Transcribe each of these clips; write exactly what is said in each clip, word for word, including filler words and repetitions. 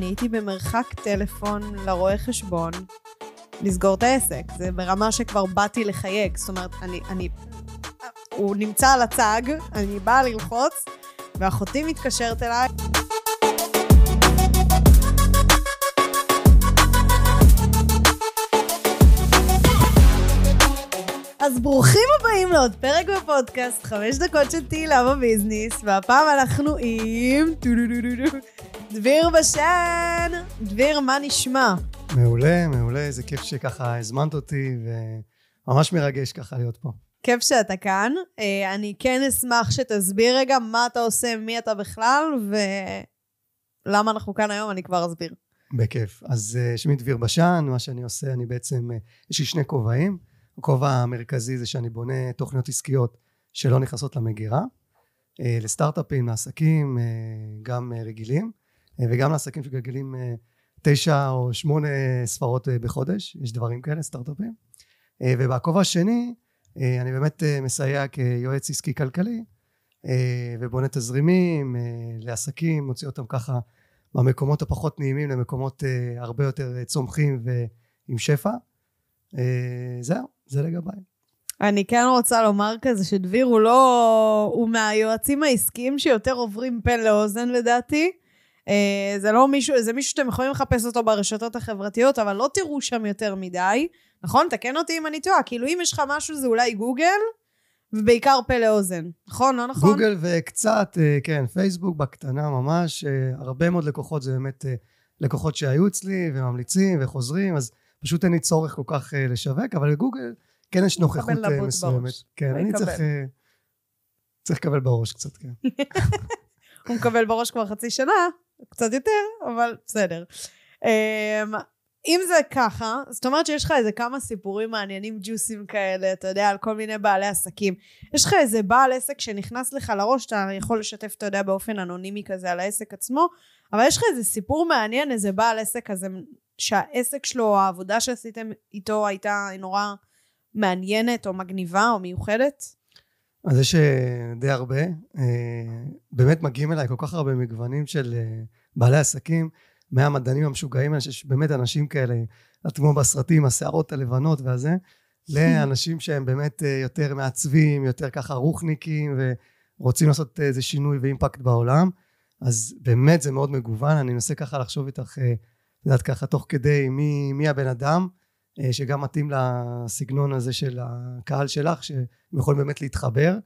הייתי במרחק טלפון לרואה חשבון לסגור את העסק. זה ברמה שכבר באתי לחייג. זאת אומרת, אני, אני, הוא נמצא על הצג, אני באה ללחוץ, ואחותי מתקשרת אליי. אז ברוכים הבאים לעוד פרק בפודקאסט, חמש דקות של תהילה בביזנס, והפעם אנחנו עם דביר בשן. דביר, מה נשמע? מעולה, מעולה, זה כיף שככה הזמנת אותי, וממש מרגש ככה להיות פה. כיף שאתה כאן. אני כן אשמח שתסביר רגע מה אתה עושה, מי אתה בכלל, ולמה אנחנו כאן היום, אני כבר אסביר. בכיף. אז שמי דביר בשן, מה שאני עושה, אני בעצם, יש לי שני כובעים. הכובע המרכזי זה שאני בונה תוכניות עסקיות שלא נכנסות למגירה, לסטארט-אפים, לעסקים, גם רגילים, וגם לעסקים שגלגלים תשע או שמונה ספרות בחודש, יש דברים כאלה, סטארט-אפים. ובכובע השני, אני באמת מסייע כיועץ עסקי כלכלי, ובונה תזרימים לעסקים, מוציא אותם ככה במקומות הפחות נעימים למקומות הרבה יותר צומחים ועם שפע. זהו, זה לגביי. אני כן רוצה לומר כזה שדביר הוא לא, הוא מהיועצים העסקיים שיותר עוברים פה לאוזן לדעתי. זה לא מישהו, זה מישהו שאתם יכולים לחפש אותו ברשתות החברתיות, אבל לא תראו שם יותר מדי. נכון? תקן אותי אם אני טועה. כאילו אם יש לך משהו זה אולי גוגל, ובעיקר פה לאוזן. נכון? לא נכון? גוגל וקצת, כן, פייסבוק בקטנה ממש. הרבה מאוד לקוחות זה באמת לקוחות שהיו אצלי וממליצים וחוזרים, אז פשוט אין לי צורך כל כך uh, לשווק, אבל בגוגל כן יש נוכחות uh, מסוימת. כן, אני צריך, uh, צריך לקבל בראש קצת, כן. הוא מקבל בראש כבר חצי שנה, קצת יותר, אבל בסדר. Um, אם זה ככה, זאת אומרת שיש לך איזה כמה סיפורים מעניינים ג'וסים כאלה, אתה יודע, על כל מיני בעלי עסקים. יש לך איזה בעל עסק שנכנס לך לראש, אתה יכול לשתף, אתה יודע, באופן אנונימי כזה על העסק עצמו, אבל יש לך איזה סיפור מעניין, איזה בעל עסק כזה, שהעסק שלו, העבודה שעשיתם איתו הייתה נורא מעניינת או מגניבה או מיוחדת? אז יש די הרבה. באמת מגיעים אליי כל כך הרבה מגוונים של בעלי עסקים, מהמדענים המשוגעים, שיש באמת אנשים כאלה, כמו בסרטים, השערות הלבנות והזה, לאנשים שהם באמת יותר מעצבים, יותר ככה רוחניקים, ורוצים לעשות איזה שינוי ואימפקט בעולם. אז באמת זה מאוד מגוון. אני מנסה ככה לחשוב איתך, יודעת ככה תוך כדי מי, מי הבן אדם שגם מתאים לסגנון הזה של הקהל שלך, שהם יכולים באמת להתחבר.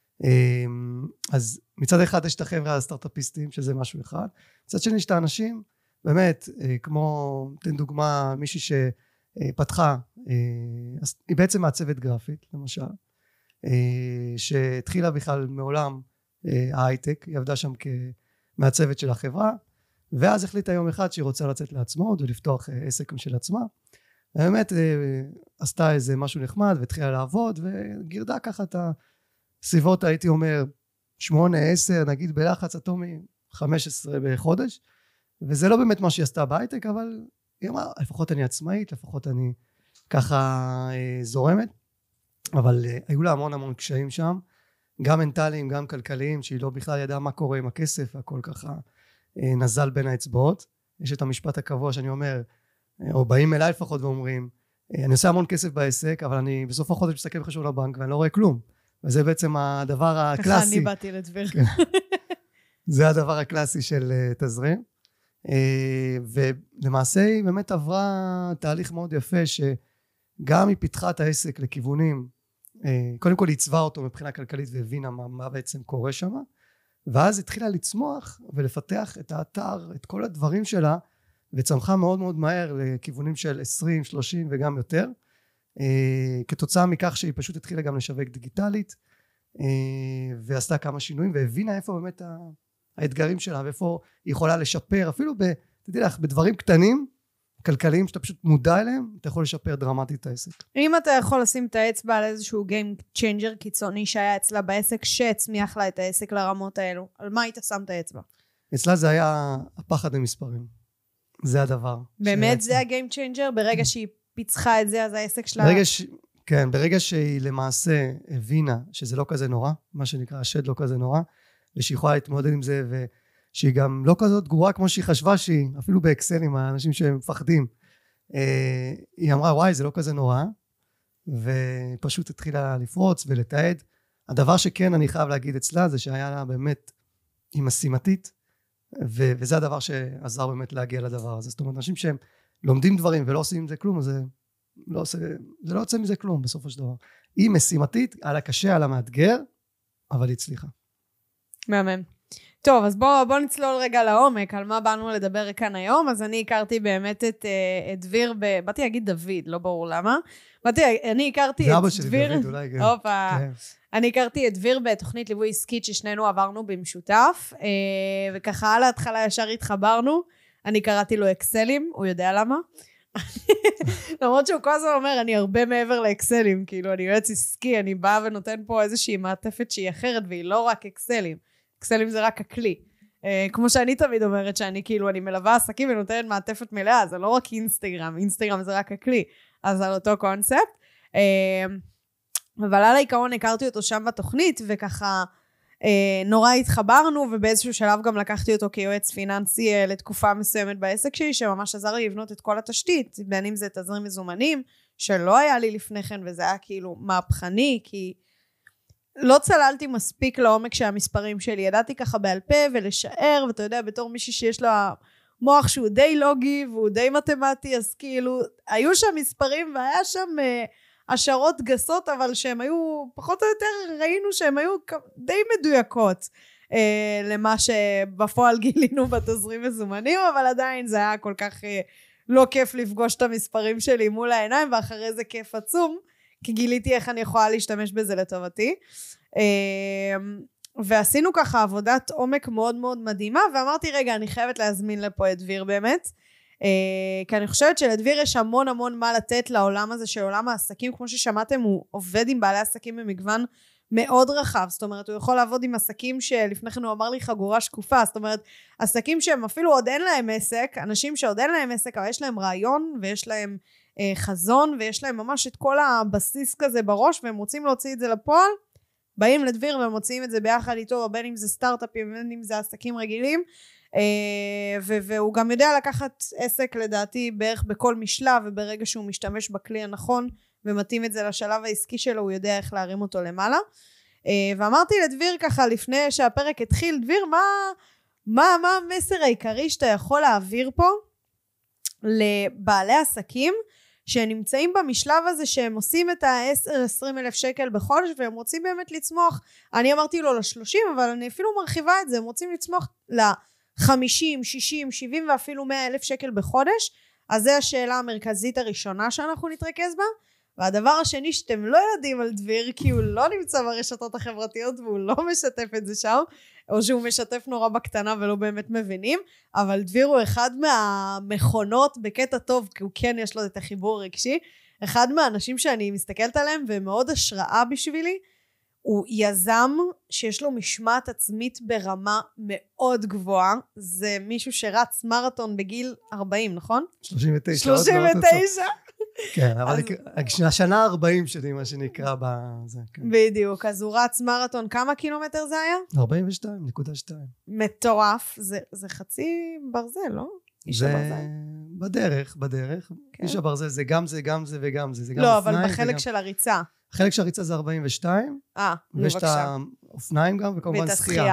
אז מצד אחד יש את החבר'ה הסטארט-אפיסטים, שזה משהו אחד. מצד שני יש את האנשים, באמת, כמו, תן דוגמה, מישהי שפתחה, היא בעצם מעצבת גרפית, למשל, שהתחילה בכלל מעולם ההייטק, היא עבדה שם כמעצבת של החברה, ואז החליטה יום אחד שהיא רוצה לצאת לעצמאות ולפתוח עסק של עצמה. באמת עשתה איזה משהו נחמד והתחילה לעבוד, וגירדה ככה את הסביבות, הייתי אומר, שמונה, עשר, נגיד בלחץ אטומי, חמש עשרה בחודש, וזה לא באמת מה שהיא עשתה בהייטק, אבל היא אמרה, לפחות אני עצמאית, לפחות אני ככה זורמת, אבל היו לה המון המון קשיים שם, גם מנטליים, גם כלכליים, שהיא לא בכלל ידעה מה קורה עם הכסף, הכל ככה נזל בין האצבעות. יש את המשפט הקבוע שאני אומר, או באים אליי לפחות ואומרים, אני עושה המון כסף בעסק, אבל אני בסוף החודש מסתכל בחשבון לבנק ואני לא רואה כלום. וזה בעצם הדבר הקלאסי. ככה אני באתי לדבר. זה הדבר הקלאסי של תזרים. ולמעשה היא באמת עברה תהליך מאוד יפה, שגם היא פיתחה את העסק לכיוונים, קודם כל היא עיצבה אותו מבחינה כלכלית והבינה מה, מה בעצם קורה שם, ואז התחילה לצמוח ולפתח את האתר, את כל הדברים שלה, וצמחה מאוד מאוד מהר לכיוונים של עשרים, שלושים וגם יותר, כתוצאה מכך שהיא פשוט התחילה גם לשווק דיגיטלית, ועשתה כמה שינויים, והבינה איפה באמת האתגרים שלה, ואיפה היא יכולה לשפר, אפילו ב, תדעי לך, בדברים קטנים, כלכליים, שאתה פשוט מודע אליהם, אתה יכול לשפר דרמטית את העסק. אם אתה יכול לשים את האצבע על איזשהו Game Changer קיצוני שהיה אצלה בעסק, שהצמיח לה את העסק לרמות האלו, על מה היית שם את האצבע? אצלה זה היה הפחד למספרים. זה הדבר. באמת זה ה-Game Changer? ברגע שהיא פיצחה את זה, אז העסק שלה... ברגע ש... כן, ברגע שהיא למעשה הבינה שזה לא כזה נורא, מה שנקרא השד לא כזה נורא, ושהיא יכולה להתמודד עם זה שהיא גם לא כזאת גרועה כמו שהיא חשבה שהיא, אפילו באקסל עם האנשים שמפחדים. היא אמרה וואי זה לא כזה נורא, ופשוט התחילה לפרוץ ולתעד. הדבר שכן אני חייב להגיד אצלה זה שהיה לה באמת היא משימתית, ו- וזה הדבר שעזר באמת להגיע לדבר הזה. זאת אומרת אנשים שהם לומדים דברים ולא עושים עם זה כלום, אז זה לא עושה, זה לא יוצא מזה כלום בסופו של דבר. היא משימתית, על הקשה, על המאתגר, אבל היא הצליחה. מהמם. טוב, אז בוא, בוא נצלול רגע לעומק, על מה באנו לדבר כאן היום. אז אני הכרתי באמת את, את דביר, ב... באתי להגיד דוד, לא ברור למה. באתי, אני הכרתי את דביר... זה אבא שלי דוד, אולי גם. אופה. כן. אני הכרתי את דביר בתוכנית ליווי עסקית ששנינו עברנו במשותף, וככה על ההתחלה ישר התחברנו. אני קראתי לו אקסלים, הוא יודע למה. למרות שהוא כל הזמן אומר, אני הרבה מעבר לאקסלים, כאילו אני יועץ עסקי, אני באה ונותן פה איזושהי מעטפת שהיא אחרת, והיא לא רק אקסלים. אקסלים זה רק הכלי. כמו שאני תמיד אומרת, שאני כאילו, אני מלווה עסקים ונותנת מעטפת מלאה, זה לא רק אינסטגרם, אינסטגרם זה רק הכלי. אז על אותו קונספט. אבל על העיקרון הכרתי אותו שם בתוכנית, וככה נורא התחברנו, ובאיזשהו שלב גם לקחתי אותו כיועץ פיננסי לתקופה מסוימת בעסק שלי, שממש עזר לי לבנות את כל התשתית, בין אם זה תזרים מזומנים, שלא היה לי לפני כן, וזה היה כאילו מהפכני, כי לא צללתי מספיק לעומק שהמספרים שלי, ידעתי ככה בעל פה ולשער, ואתה יודע, בתור מישהי שיש לה מוח שהוא די לוגי, והוא די מתמטי, אז כאילו, היו שם מספרים, והיה שם השערות גסות, אבל שהם היו, פחות או יותר ראינו שהם היו די מדויקות, אה, למה שבפועל גילינו בתזרים מזומנים, אבל עדיין זה היה כל כך אה, לא כיף לפגוש את המספרים שלי מול העיניים, ואחרי זה כיף עצום, כי גיליתי איך אני יכולה להשתמש בזה לטובתי. אה, ועשינו ככה עבודת עומק מאוד מאוד מדהימה, ואמרתי רגע, אני חייבת להזמין לפה את דביר באמת, Uh, כי אני חושבת שלדביר יש המון המון מה לתת לעולם הזה של עולם העסקים, כמו ששמעתם הוא עובד עם בעלי עסקים במגוון מאוד רחב, זאת אומרת הוא יכול לעבוד עם עסקים שלפני כן הוא אמר לי חגורה שקופה, זאת אומרת עסקים שהם אפילו עוד אין להם עסק, אנשים שעוד אין להם עסק אבל יש להם רעיון ויש להם uh, חזון ויש להם ממש את כל הבסיס כזה בראש והם רוצים להוציא את זה לפועל, באים לדביר והם מוציאים את זה ביחד איתו, בין אם זה סטארט-אפים בין אם זה עסקים רגילים, והוא גם יודע לקחת עסק לדעתי בערך בכל משלב, וברגע שהוא משתמש בכלי הנכון ומתאים את זה לשלב העסקי שלו הוא יודע איך להרים אותו למעלה. ואמרתי לדביר ככה לפני שהפרק התחיל, דביר מה, מה, מה המסר העיקרי שאתה יכול להעביר פה לבעלי עסקים שנמצאים במשלב הזה שהם עושים את ה-עשר עשרים אלף שקל בחודש והם רוצים באמת לצמוח, אני אמרתי לו ל-שלושים אבל אני אפילו מרחיבה את זה, הם רוצים לצמוח ל-חמישים, שישים, שבעים ואפילו מאה אלף שקל בחודש, אז זו השאלה המרכזית הראשונה שאנחנו נתרכז בה, והדבר השני שאתם לא יודעים על דביר כי הוא לא נמצא ברשתות החברתיות והוא לא משתף את זה שם, או שהוא משתף נורא בקטנה ולא באמת מבינים, אבל דביר הוא אחד מהמכונות בקטע טוב, כי הוא כן יש לו את החיבור הרגשי, אחד מהאנשים שאני מסתכלת עליהם ומאוד השראה בשבילי, הוא יזם שיש לו משמעת עצמית ברמה מאוד גבוהה, זה מישהו שרץ מרתון בגיל ארבעים, נכון? שלושים ותשע. שלושים ותשע. כן, אבל השנה ארבעים שלי מה שנקרא בזה. בדיוק, אז הוא רץ מרתון, כמה קילומטר זה היה? ארבעים ושתיים נקודה שתיים. מטורף, זה חצי ברזל, לא? זה בדרך, בדרך. איש הברזל זה גם זה, גם זה וגם זה. לא, אבל בחלק של הריצה. החלק של הריצה זה ארבעים ושתיים. אה, ויש את האופניים גם, וכמובן שחייה.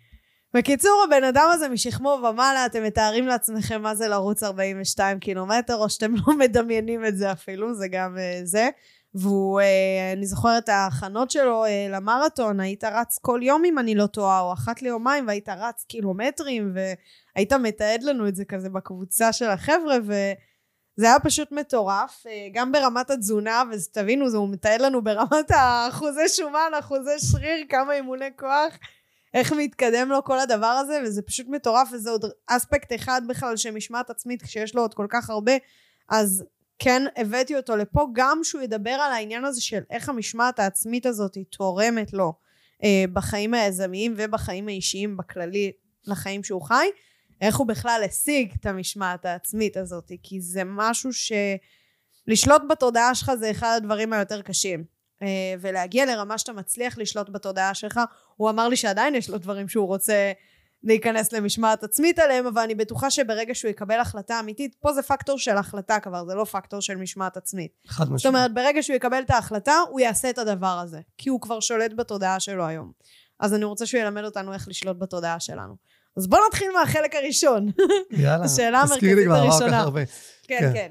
בקיצור, הבן אדם הזה משכמו ומעלה, אתם מתארים לעצמכם מה זה לרוץ ארבעים ושתיים קילומטר, או שאתם לא מדמיינים את זה אפילו, זה גם זה. והוא, אני זוכרת את ההכנות שלו למרתון, היית רץ כל יום אם אני לא טועה, או אחת ליומיים, והיית רץ קילומטרים, והיית מתעד לנו את זה כזה בקבוצה של החבר'ה, וזה היה פשוט מטורף, גם ברמת התזונה, ותבינו, זה הוא מתעד לנו ברמת האחוזי שומן, אחוזי שריר, כמה אימוני כוח, איך מתקדם לו כל הדבר הזה, וזה פשוט מטורף, וזה עוד אספקט אחד בכלל שמשמעת עצמית, כשיש לו עוד כל כך הרבה, אז כן הבאתי אותו לפה, גם שהוא ידבר על העניין הזה של איך המשמעת העצמית הזאת היא תורמת לו אה, בחיים היזמיים ובחיים האישיים בכללי לחיים שהוא חי, איך הוא בכלל השיג את המשמעת העצמית הזאת, כי זה משהו שלשלוט בתודעה שלך זה אחד הדברים היותר קשים, אה, ולהגיע לרמה שאתה מצליח לשלוט בתודעה שלך, הוא אמר לי שעדיין יש לו דברים שהוא רוצה להיכנס למשמעת עצמית עליהם, אבל אני בטוחה שברגע שהוא יקבל החלטה אמיתית, פה זה פקטור של החלטה כבר, זה לא פקטור של משמעת עצמית. חד משמעית. זאת אומרת, ברגע שהוא יקבל את ההחלטה, הוא יעשה את הדבר הזה, כי הוא כבר שולט בתודעה שלו היום. אז אני רוצה שהוא ילמד אותנו איך לשלוט בתודעה שלנו. אז בוא נתחיל מהחלק הראשון. יאללה, השאלה המרכזית הראשונה. כן, כן.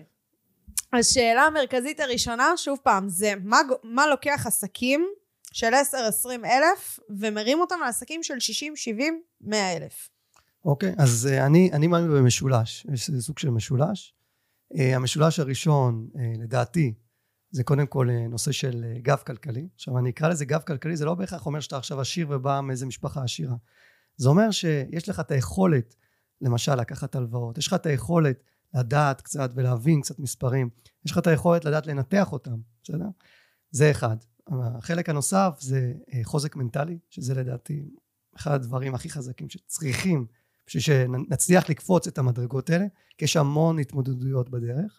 השאלה המרכזית הראשונה, שוב פעם, זה מה, מה לוקח עסקים של עשר עשרים אלף, ומרים אותם לעסקים של שישים שבעים מאה אלף. אוקיי, אז uh, אני, אני מאמין במשולש, יש סוג של משולש. Uh, המשולש הראשון, uh, לדעתי, זה קודם כל uh, נושא של uh, גב כלכלי. עכשיו, אני אקרא לזה גב כלכלי, זה לא בהכרח אומר שאתה עכשיו עשיר ובא מאיזה משפחה עשירה. זה אומר שיש לך את היכולת, למשל, לקחת הלוואות, יש לך את היכולת לדעת קצת ולהבין קצת מספרים, יש לך את היכולת לדעת לנתח אותם, בסדר? זה אחד. החלק הנוסף זה חוזק מנטלי, שזה לדעתי אחד הדברים הכי חזקים שצריכים, בשביל שנצליח לקפוץ את המדרגות האלה, כי יש המון התמודדויות בדרך.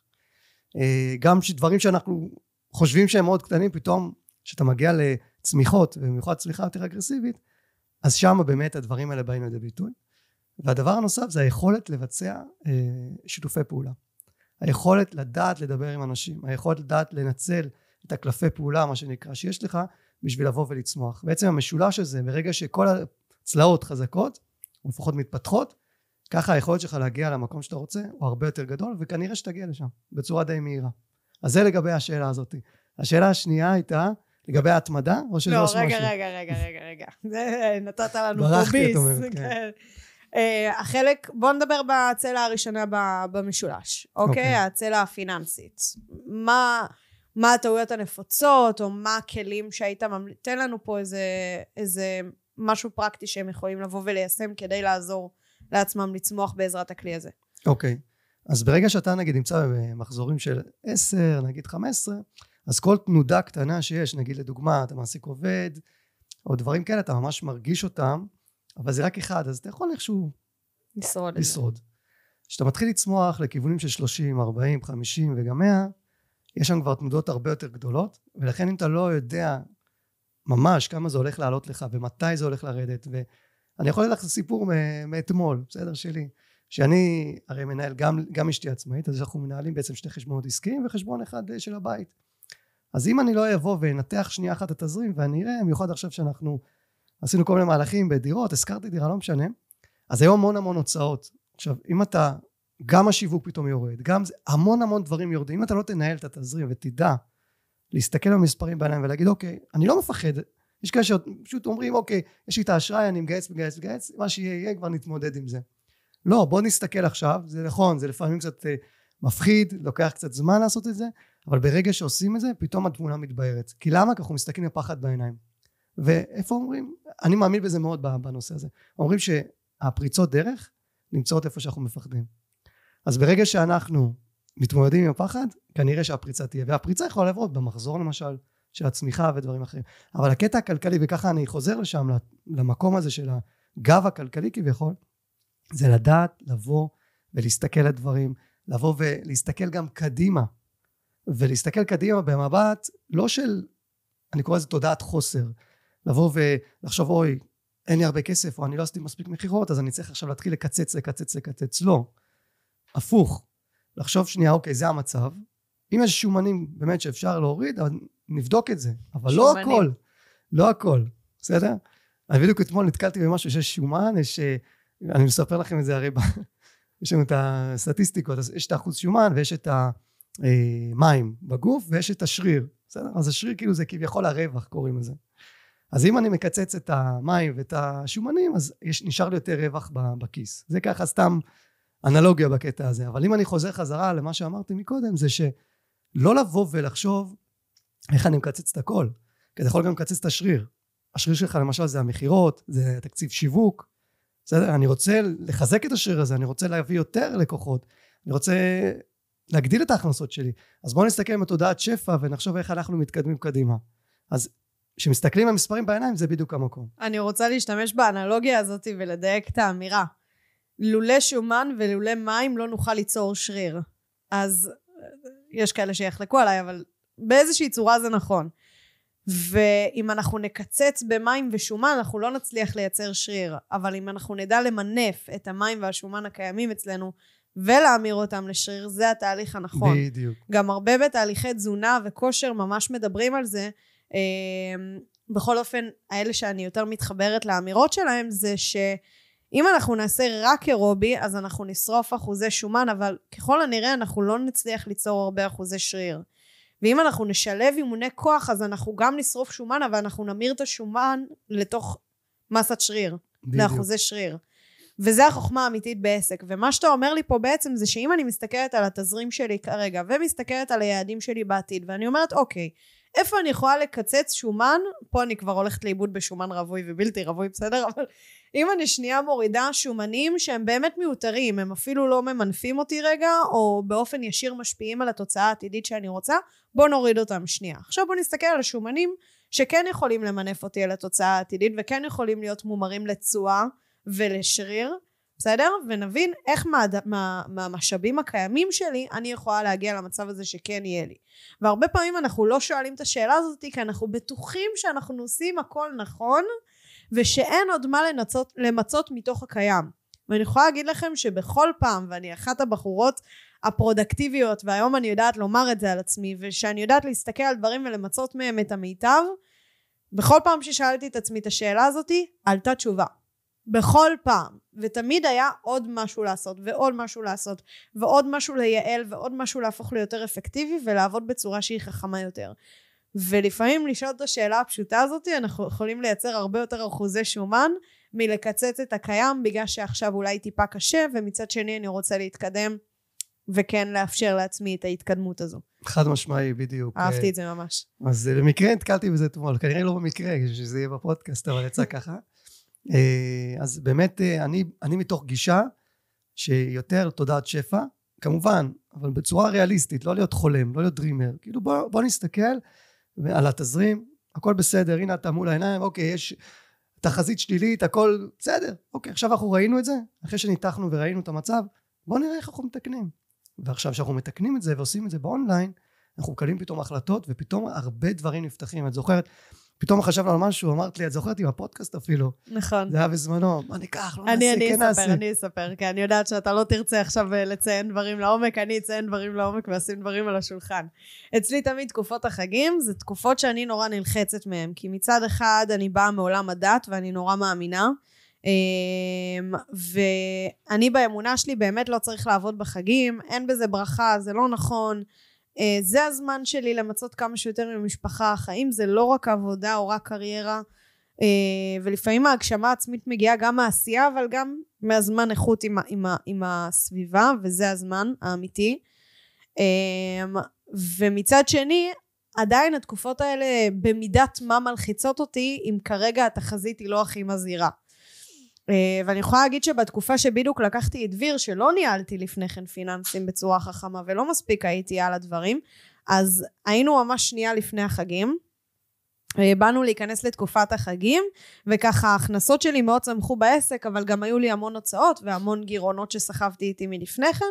גם דברים שאנחנו חושבים שהם מאוד קטנים, פתאום שאתה מגיע לצמיחות, ובמיוחד צמיחה יותר אגרסיבית, אז שם באמת הדברים האלה באים לידי ביטוי. והדבר הנוסף זה היכולת לבצע שיתופי פעולה. היכולת לדעת לדבר עם אנשים, היכולת לדעת לנצל את הקלפי פעולה, מה שנקרא, שיש לך, בשביל לבוא ולצמוח. בעצם המשולש הזה, ברגע שכל הצלעות חזקות, או לפחות מתפתחות, ככה היכולת שלך להגיע למקום שאתה רוצה, הוא הרבה יותר גדול, וכנראה שתגיע לשם, בצורה די מהירה. אז זה לגבי השאלה הזאת. השאלה השנייה הייתה, לגבי ההתמדה, או שזה לא, עושה משהו? רגע, רגע, רגע, רגע, רגע. נתת לנו פה ביס. כן. החלק, בוא נדבר בצלע הראשונה במשולש, אוקיי? הצלע הפיננסית. מה... מה הטעויות הנפוצות, או מה הכלים שהיית ממליץ, תן לנו פה איזה, איזה משהו פרקטי שהם יכולים לבוא וליישם, כדי לעזור לעצמם לצמוח בעזרת הכלי הזה. אוקיי, אז ברגע שאתה נגיד נמצא במחזורים של עשר, נגיד חמש עשרה, אז כל תנודה קטנה שיש, נגיד לדוגמה, אתה מעסיק עובד, או דברים כאלה, אתה ממש מרגיש אותם, אבל זה רק אחד, אז אתה יכול איכשהו לשרוד. לשרוד. כשאתה מתחיל לצמוח לכיוונים של שלושים, ארבעים, חמישים וגם מאה, יש שם כבר תנודות הרבה יותר גדולות, ולכן אם אתה לא יודע ממש כמה זה הולך לעלות לך, ומתי זה הולך לרדת, ואני יכול לתת לך סיפור מאתמול, בסדר שלי, שאני הרי מנהל גם, גם אשתי עצמאית, אז אנחנו מנהלים בעצם שתי חשבונות עסקיים, וחשבון אחד של הבית. אז אם אני לא אבוא ונתח שנייה אחת את התזרים, ואני אראה, מיוחד עכשיו שאנחנו עשינו כל מיני מהלכים בדירות, הזכרתי דירה, לא משנה, אז היו המון המון הוצאות. עכשיו, אם אתה... גם השיווק פתאום יורד, גם זה, המון המון דברים יורדים. אם אתה לא תנהל את התזרים ותדע להסתכל במספרים בעיניים ולהגיד, אוקיי, אני לא מפחד, יש כאלה שפשוט אומרים, אוקיי, יש לי את האשראי, אני מגייס, מגייס, מגייס, מה שיהיה, יהיה, כבר נתמודד עם זה. לא, בוא נסתכל עכשיו, זה נכון, זה לפעמים קצת מפחיד, לוקח קצת זמן לעשות את זה, אבל ברגע שעושים את זה, פתאום התמונה מתבהרת. כי למה? כי אנחנו מסתכלים בפחד בעיניים. ואיפה אומרים? אני מאמין בזה מאוד בנושא הזה. אומרים שהפריצות דרך נמצאות איפה שאנחנו מפחדים. אז ברגע שאנחנו מתמודדים עם הפחד, כנראה שהפריצה תהיה, והפריצה יכולה לעבוד במחזור למשל, של הצמיחה ודברים אחרים. אבל הקטע הכלכלי, וככה אני חוזר לשם, למקום הזה של הגב הכלכלי כביכול, זה לדעת לבוא ולהסתכל על דברים, לבוא ולהסתכל גם קדימה, ולהסתכל קדימה במבט, לא של, אני קורא לזה תודעת חוסר, לבוא ולחשוב, אוי, אין לי הרבה כסף, או אני לא עשיתי מספיק מחירות, אז אני צריך עכשיו להתחיל לקצץ, לקצץ, לקצץ, לא. הפוך, לחשוב שנייה, אוקיי, זה המצב. אם יש שומנים באמת שאפשר להוריד, נבדוק את זה, אבל שומנים. לא הכל, לא הכל, בסדר? אני בדיוק אתמול נתקלתי במשהו שיש שומן, יש, אני מספר לכם את זה הרי, יש לנו את הסטטיסטיקות, אז יש את האחוז שומן, ויש את המים בגוף, ויש את השריר, בסדר? אז השריר כאילו זה כביכול הרווח, קוראים לזה. אז אם אני מקצץ את המים ואת השומנים, אז יש, נשאר לי יותר רווח בכיס. זה ככה סתם אנלוגיה בקטע הזה. אבל אם אני חוזר חזרה למה שאמרתי מקודם, זה שלא לבוא ולחשוב איך אני מקצץ את הכל. כי אתה יכול גם לקצץ את השריר. השריר שלך למשל זה המחירות, זה תקציב שיווק. בסדר? אני רוצה לחזק את השריר הזה, אני רוצה להביא יותר לקוחות, אני רוצה להגדיל את ההכנסות שלי. אז בואו נסתכל עם תודעת שפע ונחשוב איך אנחנו מתקדמים קדימה. אז כשמסתכלים על מספרים בעיניים, זה בדיוק המקום. אני רוצה להשתמש באנלוגיה הזאת ולדייק את האמירה. לולא שומן ולולא מים לא נוכל ליצור שריר. אז יש כאלה שיחלקו עליי, אבל באיזושהי צורה זה נכון. ואם אנחנו נקצץ במים ושומן, אנחנו לא נצליח לייצר שריר, אבל אם אנחנו נדע למנף את המים והשומן הקיימים אצלנו, ולהמיר אותם לשריר, זה התהליך הנכון. בדיוק. גם הרבה בתהליכי תזונה וכושר ממש מדברים על זה, בכל אופן, האלה שאני יותר מתחברת לאמירות שלהם, זה שאם אנחנו נעשה רק אירובי, אז אנחנו נשרוף אחוזי שומן, אבל ככל הנראה אנחנו לא נצליח ליצור הרבה אחוזי שריר. ואם אנחנו נשלב אימוני כוח, אז אנחנו גם נשרוף שומן, אבל אנחנו נמיר את השומן לתוך מסת שריר, לאחוזי שריר. וזה החוכמה האמיתית בעסק. ומה שאתה אומר לי פה בעצם, זה שאם אני מסתכלת על התזרים שלי כרגע, ומסתכלת על היעדים שלי בעתיד, ואני אומרת, אוקיי, איפה אני יכולה לקצץ שומן? פה אני כבר הולכת לאיבוד בשומן רווי ובלתי רווי, בסדר? אבל אם אני שנייה מורידה שומנים שהם באמת מיותרים, הם אפילו לא ממנפים אותי רגע, או באופן ישיר משפיעים על התוצאה העתידית שאני רוצה, בוא נוריד אותם שנייה. עכשיו בוא נסתכל על השומנים שכן יכולים למנף אותי על התוצאה העתידית, וכן יכולים להיות מומרים לתשואה ולשריר, בסדר? ונבין איך מה, מה, מהמשאבים הקיימים שלי, אני יכולה להגיע למצב הזה שכן יהיה לי. והרבה פעמים אנחנו לא שואלים את השאלה הזאת, כי אנחנו בטוחים שאנחנו עושים הכל נכון, ושאין עוד מה לנצות, למצות מתוך הקיים. ואני יכולה להגיד לכם שבכל פעם, ואני אחת הבחורות הפרודקטיביות, והיום אני יודעת לומר את זה על עצמי, ושאני יודעת להסתכל על דברים ולמצות מהם את המיטב, בכל פעם ששאלתי את עצמי את השאלה הזאת, עלתה תשובה. בכל פעם, ותמיד היה עוד משהו לעשות, ועוד משהו לעשות, ועוד משהו לייעל, ועוד משהו להפוך ליותר אפקטיבי, ולעבוד בצורה שהיא חכמה יותר. ולפעמים לשאול את השאלה הפשוטה הזאת, אנחנו יכולים לייצר הרבה יותר אחוזי שומן, מלקצץ את הקיים, בגלל שעכשיו אולי טיפה קשה, ומצד שני אני רוצה להתקדם, וכן לאפשר לעצמי את ההתקדמות הזו. חד משמעי, בדיוק. אהבתי את זה ממש. אז במקרה נתקלתי בזה אתמול, כנראה לא במקרה, שזה יהיה בפודקאסט, אבל יצא ככה. אז באמת אני, אני מתוך גישה שיותר תודעת שפע, כמובן, אבל בצורה ריאליסטית, לא להיות חולם, לא להיות דרימר, כאילו בוא, בוא נסתכל על התזרים, הכל בסדר, הנה אתה מול העיניים, אוקיי, יש תחזית שלילית, הכל בסדר, אוקיי, עכשיו אנחנו ראינו את זה, אחרי שניתחנו וראינו את המצב, בוא נראה איך אנחנו מתקנים, ועכשיו שאנחנו מתקנים את זה ועושים את זה באונליין, אנחנו מקבלים פתאום החלטות, ופתאום הרבה דברים נפתחים, את זוכרת, פתאום חשבנו על משהו, אמרת לי, את זוכרת עם הפודקאסט אפילו. נכון. זה היה בזמנו, מה ניקח, לא נעשה, אני כן נעשה. אני אספר, אני אספר, כי אני יודעת שאתה לא תרצה עכשיו לציין דברים לעומק, אני אציין דברים לעומק ואשים דברים על השולחן. אצלי תמיד תקופות החגים, זה תקופות שאני נורא נלחצת מהם, כי מצד אחד אני באה מעולם הדת ואני נורא מאמינה, ואני באמונה שלי באמת לא צריך לעבוד בחגים, אין בזה ברכה, זה לא נכון, זה הזמן שלי למצות כמה שיותר עם המשפחה, החיים זה לא רק עבודה או רק קריירה, ולפעמים ההגשמה העצמית מגיעה גם מהעשייה, אבל גם מהזמן איכות עם, עם, עם הסביבה, וזה הזמן האמיתי. ומצד שני, עדיין התקופות האלה במידת מה מלחיצות אותי, אם כרגע התחזית היא לא הכי מזהירה. ואני יכולה להגיד שבתקופה שבדיוק לקחתי את דביר, שלא ניהלתי לפני כן פיננסים בצורה חכמה, ולא מספיק הייתי על הדברים, אז היינו ממש שנייה לפני החגים, באנו להיכנס לתקופת החגים, וככה ההכנסות שלי מאוד צמחו בעסק, אבל גם היו לי המון הוצאות, והמון גירעונות שסחבתי איתי מלפני כן,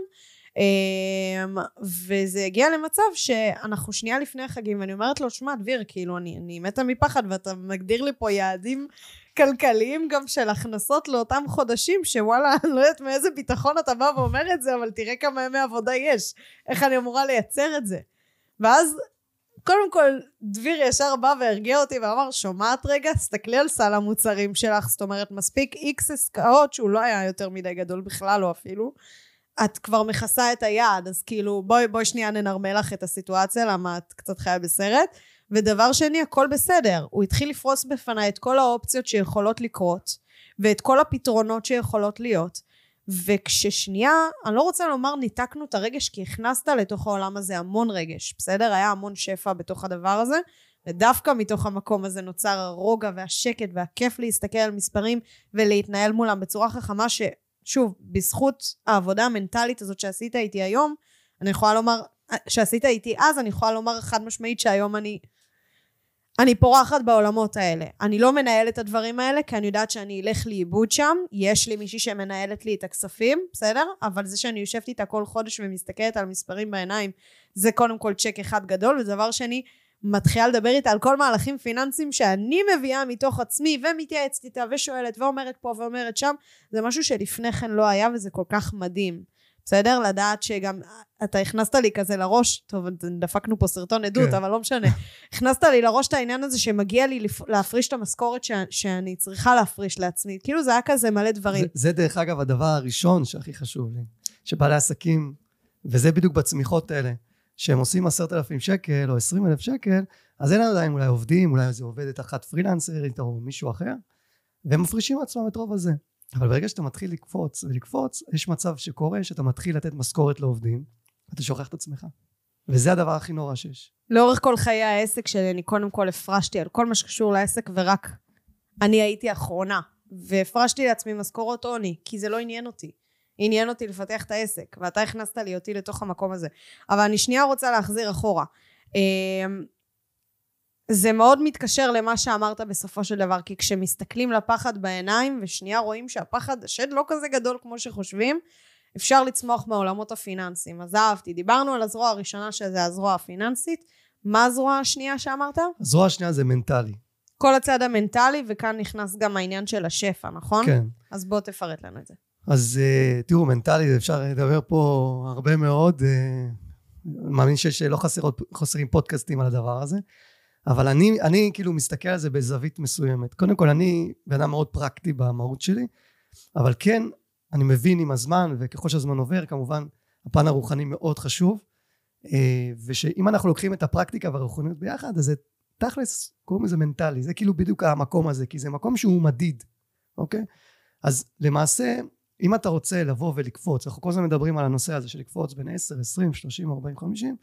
וזה הגיע למצב שאנחנו שנייה לפני החגים, ואני אומרת לו, שמע דביר, כאילו אני, אני מתה מפחד, ואתה מגדיר לי פה יעדים כלכליים גם של הכנסות לאותם חודשים, שוואלה, אני לא יודעת מאיזה ביטחון אתה בא ואומר את זה, אבל תראה כמה ימי עבודה יש, איך אני אמורה לייצר את זה. ואז, קודם כל, דביר ישר בא והרגיע אותי ואמר, שומעת רגע, תסתכלי על סל המוצרים שלך, זאת אומרת, מספיק איקס עסקאות, שהוא לא היה יותר מדי גדול בכלל, או אפילו, את כבר מכסה את היעד, אז כאילו, בואי, בואי שנייה ננרמל לך את הסיטואציה, למה את קצת חיה בסרט, ודבר שני, הכל בסדר. הוא התחיל לפרוס בפני את כל האופציות שיכולות לקרות, ואת כל הפתרונות שיכולות להיות. וכששנייה, אני לא רוצה לומר, ניתקנו את הרגש, כי הכנסת לתוך העולם הזה המון רגש. בסדר? היה המון שפע בתוך הדבר הזה, ודווקא מתוך המקום הזה נוצר הרוגע והשקט, והכיף להסתכל על מספרים, ולהתנהל מולם בצורה חכמה, ששוב, בזכות העבודה המנטלית הזאת שעשית איתי היום, אני יכולה לומר, שעשית איתי אז, אני יכולה לומר חד משמעית שהיום אני, אני פורחת בעולמות האלה. אני לא מנהלת את הדברים האלה, כי אני יודעת שאני אלך לאיבוד שם, יש לי מישהי שמנהלת לי את הכספים, בסדר? אבל זה שאני יושבת איתה כל חודש ומסתכלת על מספרים בעיניים, זה קודם כל צ'ק אחד גדול, ודבר שני, מתחילה לדבר איתה על כל מהלכים פיננסיים שאני מביאה מתוך עצמי, ומתייעצת איתה ושואלת ואומרת פה ואומרת שם, זה משהו שלפני כן לא היה, וזה כל כך מדהים. בסדר? לדעת שגם, אתה הכנסת לי כזה לראש, טוב, דפקנו פה סרטון עדות, אבל לא משנה. הכנסת לי לראש את העניין הזה שמגיע לי להפריש את המשכורת שאני צריכה להפריש לעצמי. כאילו זה היה כזה מלא דברים. זה דרך אגב הדבר הראשון שהכי חשוב לי, שבעלי עסקים, וזה בדיוק בצמיחות האלה, שהם עושים עשרת אלפים שקל או עשרים אלף שקל, אז אין עדיין אולי עובדים, אולי זה עובדת אחת פרילנסרית או מישהו אחר, והם מפרישים עצמם את רוב הזה. אבל ברגע שאתה מתחיל לקפוץ ולקפוץ, יש מצב שקורה שאתה מתחיל לתת משכורת לעובדים, אתה שוכח את עצמך. וזה הדבר הכי נורא שיש. לאורך כל חיי העסק שלי, אני קודם כל הפרשתי על כל מה שקשור לעסק, ורק אני הייתי אחרונה, והפרשתי לעצמי משכורות עוני, כי זה לא עניין אותי. עניין אותי לפתח את העסק, ואתה הכנסת לי אותי לתוך המקום הזה. אבל אני שנייה רוצה להחזיר אחורה. זה מאוד מתקשר למה שאמרת בסופו של דבר, כי כשמסתכלים לפחד בעיניים, ושנייה רואים שהפחד, השד לא כזה גדול כמו שחושבים, אפשר לצמוח מעולמות הפיננסיים. אז אהבתי, דיברנו על הזרוע הראשונה שזה הזרוע הפיננסית, מה הזרוע השנייה שאמרת? הזרוע השנייה זה מנטלי. כל הצד המנטלי, וכאן נכנס גם העניין של השפע, נכון? כן. אז בוא תפרט לנו את זה. אז תראו, מנטלי, אפשר לדבר פה הרבה מאוד, מאמין שלא חסרים פודקאסטים על הדבר הזה, אבל אני, אני כאילו מסתכל על זה בזווית מסוימת. קודם כל, אני בן אדם מאוד פרקטי במהות שלי, אבל כן, אני מבין עם הזמן, וככל שהזמן עובר, כמובן, הפן הרוחני מאוד חשוב, ושאם אנחנו לוקחים את הפרקטיקה והרוחניות ביחד, אז זה תכלס, קוראים לזה מנטלי, זה כאילו בדיוק המקום הזה, כי זה מקום שהוא מדיד, אוקיי? אז למעשה, אם אתה רוצה לבוא ולקפוץ, אנחנו כל הזמן מדברים על הנושא הזה של לקפוץ בין עשר, עשרים, שלושים, ארבעים, חמישים,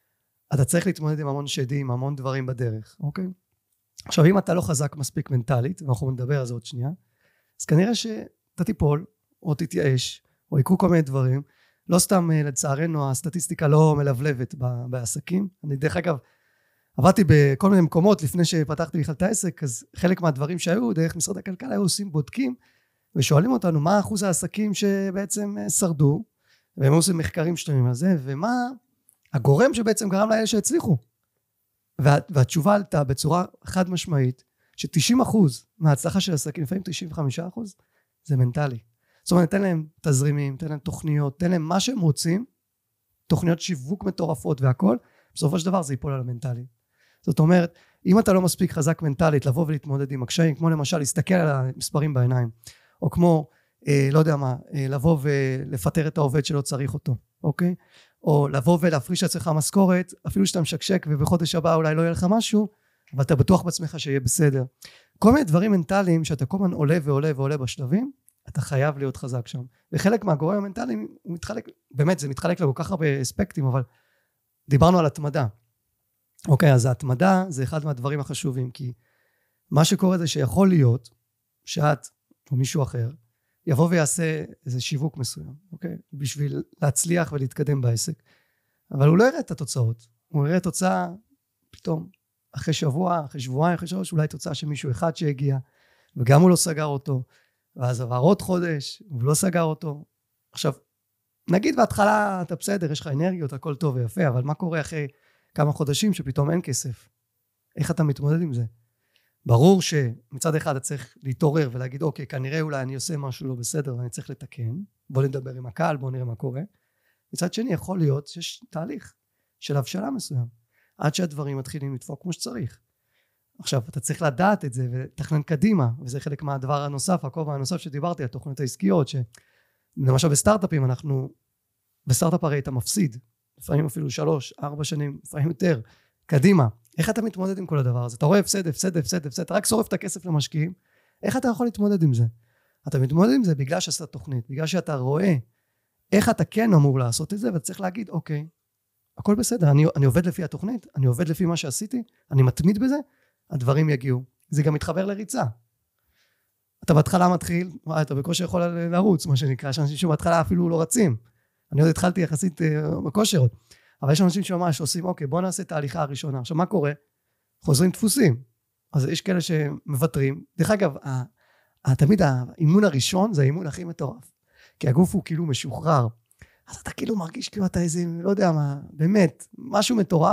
אתה צריך להתמודד עם המון שדים, המון דברים בדרך, אוקיי? עכשיו, אם אתה לא חזק מספיק מנטלית, ואנחנו נדבר על זה עוד שנייה, אז כנראה שאתה תיפול, או תתייאש, או יקרו כל מיני דברים, לא סתם לצערנו, הסטטיסטיקה לא מלבלבת בעסקים. אני דרך אגב, עבדתי בכל מיני מקומות לפני שפתחתי בכלל את העסק, אז חלק מהדברים שהיו, דרך משרד הכלכלה, היו עושים בודקים, ושואלים אותנו מה אחוז העסקים שבעצם שרדו, והם עושים מחקרים שלמים על זה, ומה הגורם שבעצם גרם לאלה שהצליחו. וה, והתשובה עלתה בצורה חד משמעית, ש-תשעים אחוז מההצלחה של עסקים, לפעמים תשעים וחמישה אחוז, זה מנטלי. זאת אומרת, תן להם תזרימים, תן להם תוכניות, תן להם מה שהם רוצים, תוכניות שיווק מטורפות והכל, בסופו של דבר זה ייפול על המנטלי. זאת אומרת, אם אתה לא מספיק חזק מנטלית, לבוא ולהתמודד עם הקשיים, כמו למשל להסתכל על המספרים בעיניים, או כמו, אה, לא יודע מה, אה, לבוא ולפטר את העובד שלא צריך אותו, אוקיי? או לבוא ולהפריש לעצמך משכורת, אפילו שאתה משקשק ובחודש הבא אולי לא יהיה לך משהו, אבל אתה בטוח בעצמך שיהיה בסדר. כל מיני דברים מנטליים שאתה כל הזמן עולה ועולה ועולה בשלבים, אתה חייב להיות חזק שם. וחלק מהגורם המנטליים הוא מתחלק, באמת זה מתחלק לכל כך הרבה אספקטים, אבל דיברנו על התמדה. אוקיי, אז ההתמדה זה אחד מהדברים החשובים, כי מה שקורה זה שיכול להיות שאת או מישהו אחר יבוא ויעשה איזה שיווק מסוים, אוקיי? בשביל להצליח ולהתקדם בעסק. אבל הוא לא יראה את התוצאות. הוא יראה תוצאה פתאום אחרי שבוע, אחרי שבועיים, אחרי שלוש, אולי תוצאה של מישהו אחד שהגיע, וגם הוא לא סגר אותו, ואז עבר עוד חודש, הוא לא סגר אותו. עכשיו, נגיד בהתחלה אתה בסדר, יש לך אנרגיות, הכל טוב ויפה, אבל מה קורה אחרי כמה חודשים שפתאום אין כסף? איך אתה מתמודד עם זה? ברור שמצד אחד אתה צריך להתעורר ולהגיד, אוקיי, כנראה אולי אני עושה משהו לא בסדר ואני צריך לתקן, בוא נדבר עם הקהל, בוא נראה מה קורה. מצד שני, יכול להיות שיש תהליך של הבשלה מסוים, עד שהדברים מתחילים לדפוק כמו שצריך. עכשיו, אתה צריך לדעת את זה ולתכנן קדימה, וזה חלק מהדבר הנוסף, הכובע הנוסף שדיברתי, התוכניות העסקיות, שלמשל בסטארט-אפים אנחנו, בסטארט-אפ הרי אתה מפסיד, לפעמים אפילו שלוש, ארבע שנים, לפעמים יותר, קדימה. איך אתה מתמודד עם כל הדבר הזה? אתה רואה הפסד, הפסד, הפסד, הפסד, אתה רק שורף את הכסף למשקיעים, איך אתה יכול להתמודד עם זה? אתה מתמודד עם זה בגלל שעשית תוכנית, בגלל שאתה רואה איך אתה כן אמור לעשות את זה, ואתה צריך להגיד, אוקיי, הכל בסדר, אני, אני עובד לפי התוכנית, אני עובד לפי מה שעשיתי, אני מתמיד בזה, הדברים יגיעו. זה גם מתחבר לריצה. אתה בהתחלה מתחיל, אתה בקושי יכול לרוץ, מה שנקרא, שאנשים שבהתחלה אפילו לא רצים. אני עוד התחלתי יחסית בכושר, אבל יש אנשים שממש עושים, אוקיי, בוא נעשה את ההליכה הראשונה. עכשיו, מה קורה? חוזרים דפוסים. אז יש כאלה שמוותרים. דרך אגב, תמיד האימון הראשון זה האימון הכי מטורף. כי הגוף הוא כאילו משוחרר. אז אתה כאילו מרגיש כאילו אתה איזה, לא יודע מה, באמת, משהו מטורף.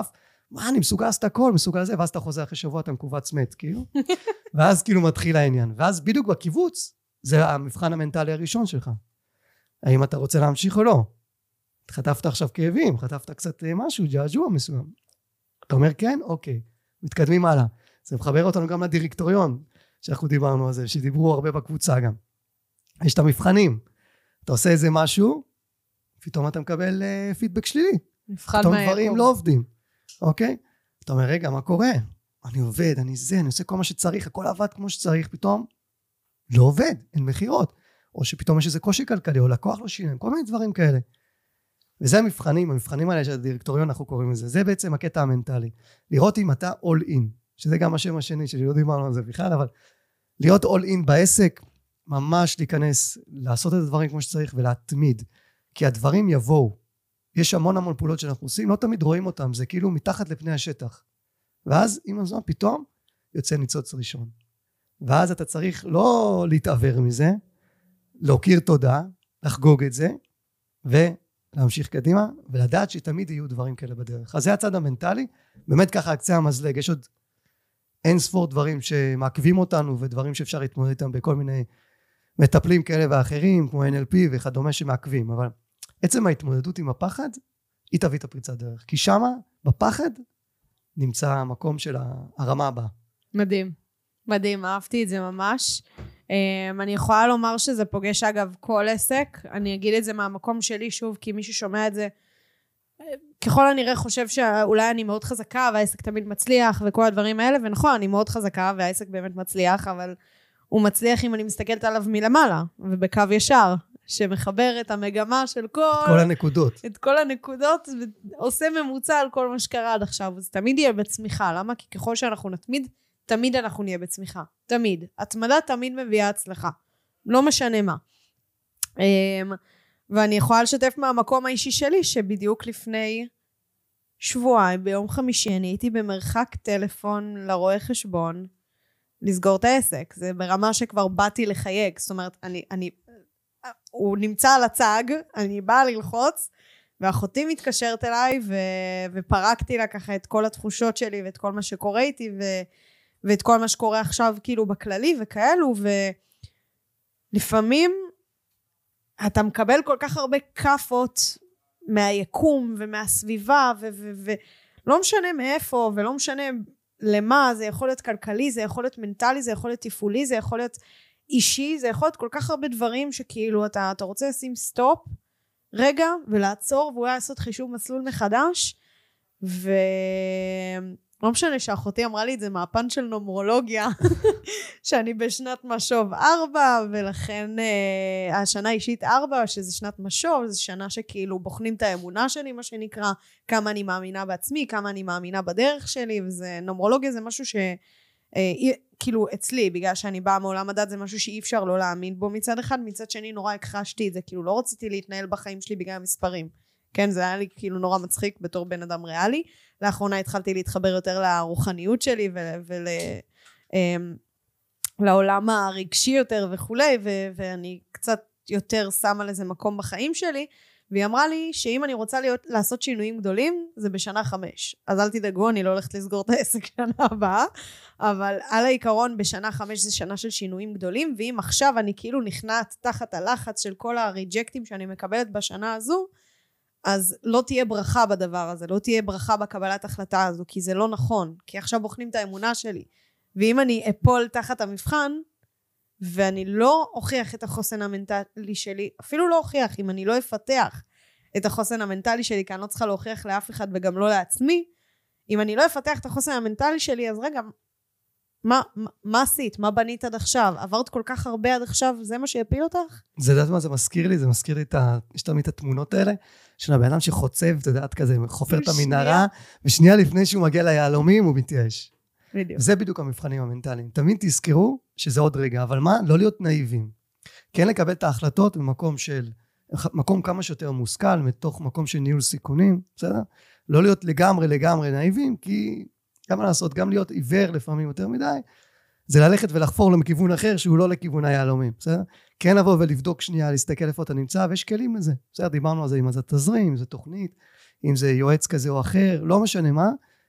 מה, אני מסוגל לעשות הכל, מסוגל לזה, ואז אתה חוזר אחרי שבוע, אתה מקובץ מת, כאילו. ואז כאילו מתחיל העניין. ואז בדיוק בקיבוץ, זה המבחן המנטלי הראשון שלך. האם אתה רוצה להמשיך או לא? חטפת עכשיו כאבים, חטפת קצת משהו, ג'עג'וע מסוים. אתה אומר כן? אוקיי. מתקדמים הלאה. זה מחבר אותנו גם לדירקטוריון, שאנחנו דיברנו על זה, שדיברו הרבה בקבוצה גם. יש את המבחנים. אתה עושה איזה משהו, פתאום אתה מקבל uh, פידבק שלילי. מבחן פתאום מהיקום. דברים לא עובדים. אוקיי? אתה אומר, רגע, מה קורה? אני עובד, אני זה, אני עושה כל מה שצריך, הכל עבד כמו שצריך, פתאום לא עובד, אין מחירות. או שפתאום יש איזה קושי כלכלי, או לקוח לא שילם, כל מיני דברים כאלה. וזה המבחנים, המבחנים האלה של הדירקטוריון, אנחנו קוראים לזה. זה בעצם הקטע המנטלי. לראות אם אתה all in, שזה גם השם השני, שלא דיברנו על זה בכלל, אבל להיות all in בעסק, ממש להיכנס, לעשות את הדברים כמו שצריך ולהתמיד. כי הדברים יבואו. יש המון המון פעולות שאנחנו עושים, לא תמיד רואים אותם, זה כאילו מתחת לפני השטח. ואז עם הזמן פתאום יוצא ניצוץ ראשון. ואז אתה צריך לא להתעבר מזה, להוקיר תודה, לחגוג את זה, ולהמשיך קדימה, ולדעת שתמיד יהיו דברים כאלה בדרך. אז זה הצד המנטלי, באמת ככה הקצה המזלג, יש עוד אין ספור דברים שמעכבים אותנו, ודברים שאפשר להתמודד איתם בכל מיני מטפלים כאלה ואחרים, כמו אן אל פי וכדומה שמעכבים, אבל עצם ההתמודדות עם הפחד, היא תביא את הפריצת דרך, כי שמה, בפחד, נמצא המקום של הרמה הבאה. מדהים, מדהים, אהבתי את זה ממש. Um, אני יכולה לומר שזה פוגש אגב כל עסק, אני אגיד את זה מהמקום שלי שוב, כי מי ששומע את זה, ככל הנראה חושב שאולי אני מאוד חזקה, והעסק תמיד מצליח, וכל הדברים האלה, ונכון, אני מאוד חזקה, והעסק באמת מצליח, אבל הוא מצליח אם אני מסתכלת עליו מלמעלה, ובקו ישר, שמחבר את המגמה של כל... את כל הנקודות. את כל הנקודות, ועושה ממוצע על כל מה שקרה עד עכשיו, אז תמיד יהיה בצמיחה, למה? כי ככל שאנחנו נתמיד, תמיד אנחנו נהיה בצמיחה, תמיד. התמדה תמיד מביאה הצלחה, לא משנה מה. ואני יכולה לשתף מהמקום האישי שלי, שבדיוק לפני שבועיים, ביום חמישי, אני הייתי במרחק טלפון לרואה חשבון, לסגור את העסק. זה ברמה שכבר באתי לחייג, זאת אומרת, אני, אני, הוא נמצא על הצג, אני באה ללחוץ, ואחותי מתקשרת אליי, ו, ופרקתי לה ככה את כל התחושות שלי, ואת כל מה שקורה איתי, ו, ואת כל מה שקורה עכשיו כאילו בכללי וכאלו, ולפעמים אתה מקבל כל כך הרבה כפות מהיקום ומהסביבה, ולא משנה מאיפה, ולא משנה למה, זה יכול להיות כלכלי, זה יכול להיות מנטלי, זה יכול להיות תפעולי, זה יכול להיות אישי, זה יכול להיות כל כך הרבה דברים שכאילו אתה, אתה רוצה לשים סטופ, רגע, ולעצור, ואולי לעשות חישוב מסלול מחדש, ו... לא משנה שאחותי אמרה לי את זה מהפן של נומרולוגיה, שאני בשנת משוב ארבע, ולכן אה, השנה אישית ארבע, שזה שנת משוב, זו שנה שכאילו בוחנים את האמונה שלי, מה שנקרא, כמה אני מאמינה בעצמי, כמה אני מאמינה בדרך שלי, וזה, נומרולוגיה זה משהו ש... אה, כאילו אצלי, בגלל שאני באה מעולם הדת, זה משהו שאי אפשר לא להאמין בו מצד אחד, מצד שני נורא הכחשתי את זה, כאילו לא רציתי להתנהל בחיים שלי בגלל המספרים. כן, זה היה לי כאילו נורא מצחיק בתור בן אדם ריאלי. לאחרונה התחלתי להתחבר יותר לרוחניות שלי ולעולם הרגשי יותר וכולי, ואני קצת יותר שמה לזה מקום בחיים שלי, והיא אמרה לי שאם אני רוצה להיות, לעשות שינויים גדולים, זה בשנה חמש. אז אל תדאגו, אני לא הולכת לסגור את העסק שנה הבאה, אבל על העיקרון בשנה חמש זה שנה של שינויים גדולים, ואם עכשיו אני כאילו נכנעת תחת הלחץ של כל הריג'קטים שאני מקבלת בשנה הזו, אז לא תהיה ברכה בדבר הזה, לא תהיה ברכה בקבלת החלטה הזו, כי זה לא נכון, כי עכשיו בוחנים את האמונה שלי, ואם אני אפול תחת המבחן, ואני לא אוכיח את החוסן המנטלי שלי, אפילו לא אוכיח, אם אני לא אפתח את החוסן המנטלי שלי, כי אני לא צריכה להוכיח לאף אחד וגם לא לעצמי, אם אני לא אפתח את החוסן המנטלי שלי, אז רגע, מה, מה, מה עשית? מה בנית עד עכשיו? עברת כל כך הרבה עד עכשיו, זה מה שיפיל אותך? זה יודעת מה זה מזכיר לי? זה מזכיר לי את ה... יש תמיד את התמונות האלה, של הבן אדם שחוצב, אתה יודעת כזה, חופר את המנהרה, ושנייה לפני שהוא מגיע ליהלומים, הוא מתייאש. בדיוק. זה בדיוק המבחנים המנטליים. תמיד תזכרו שזה עוד רגע, אבל מה? לא להיות נאיבים. כן לקבל את ההחלטות במקום של, מקום כמה שיותר מושכל, מתוך מקום של ניהול סיכונים, בסדר? לא להיות לגמרי לגמרי נאיבים, כי גם לעשות, גם להיות עיוור לפעמים יותר מדי, זה ללכת ולחפור לכיוון אחר, שהוא לא לכיוון היהלומים, בסדר? כן לבוא ולבדוק שנייה, להסתכל איפה אתה נמצא, ויש כלים לזה, בסדר? דיברנו על זה, אם זה תזרים, אם זה תוכנית, אם זה יועץ כזה או אחר, לא משנה מה,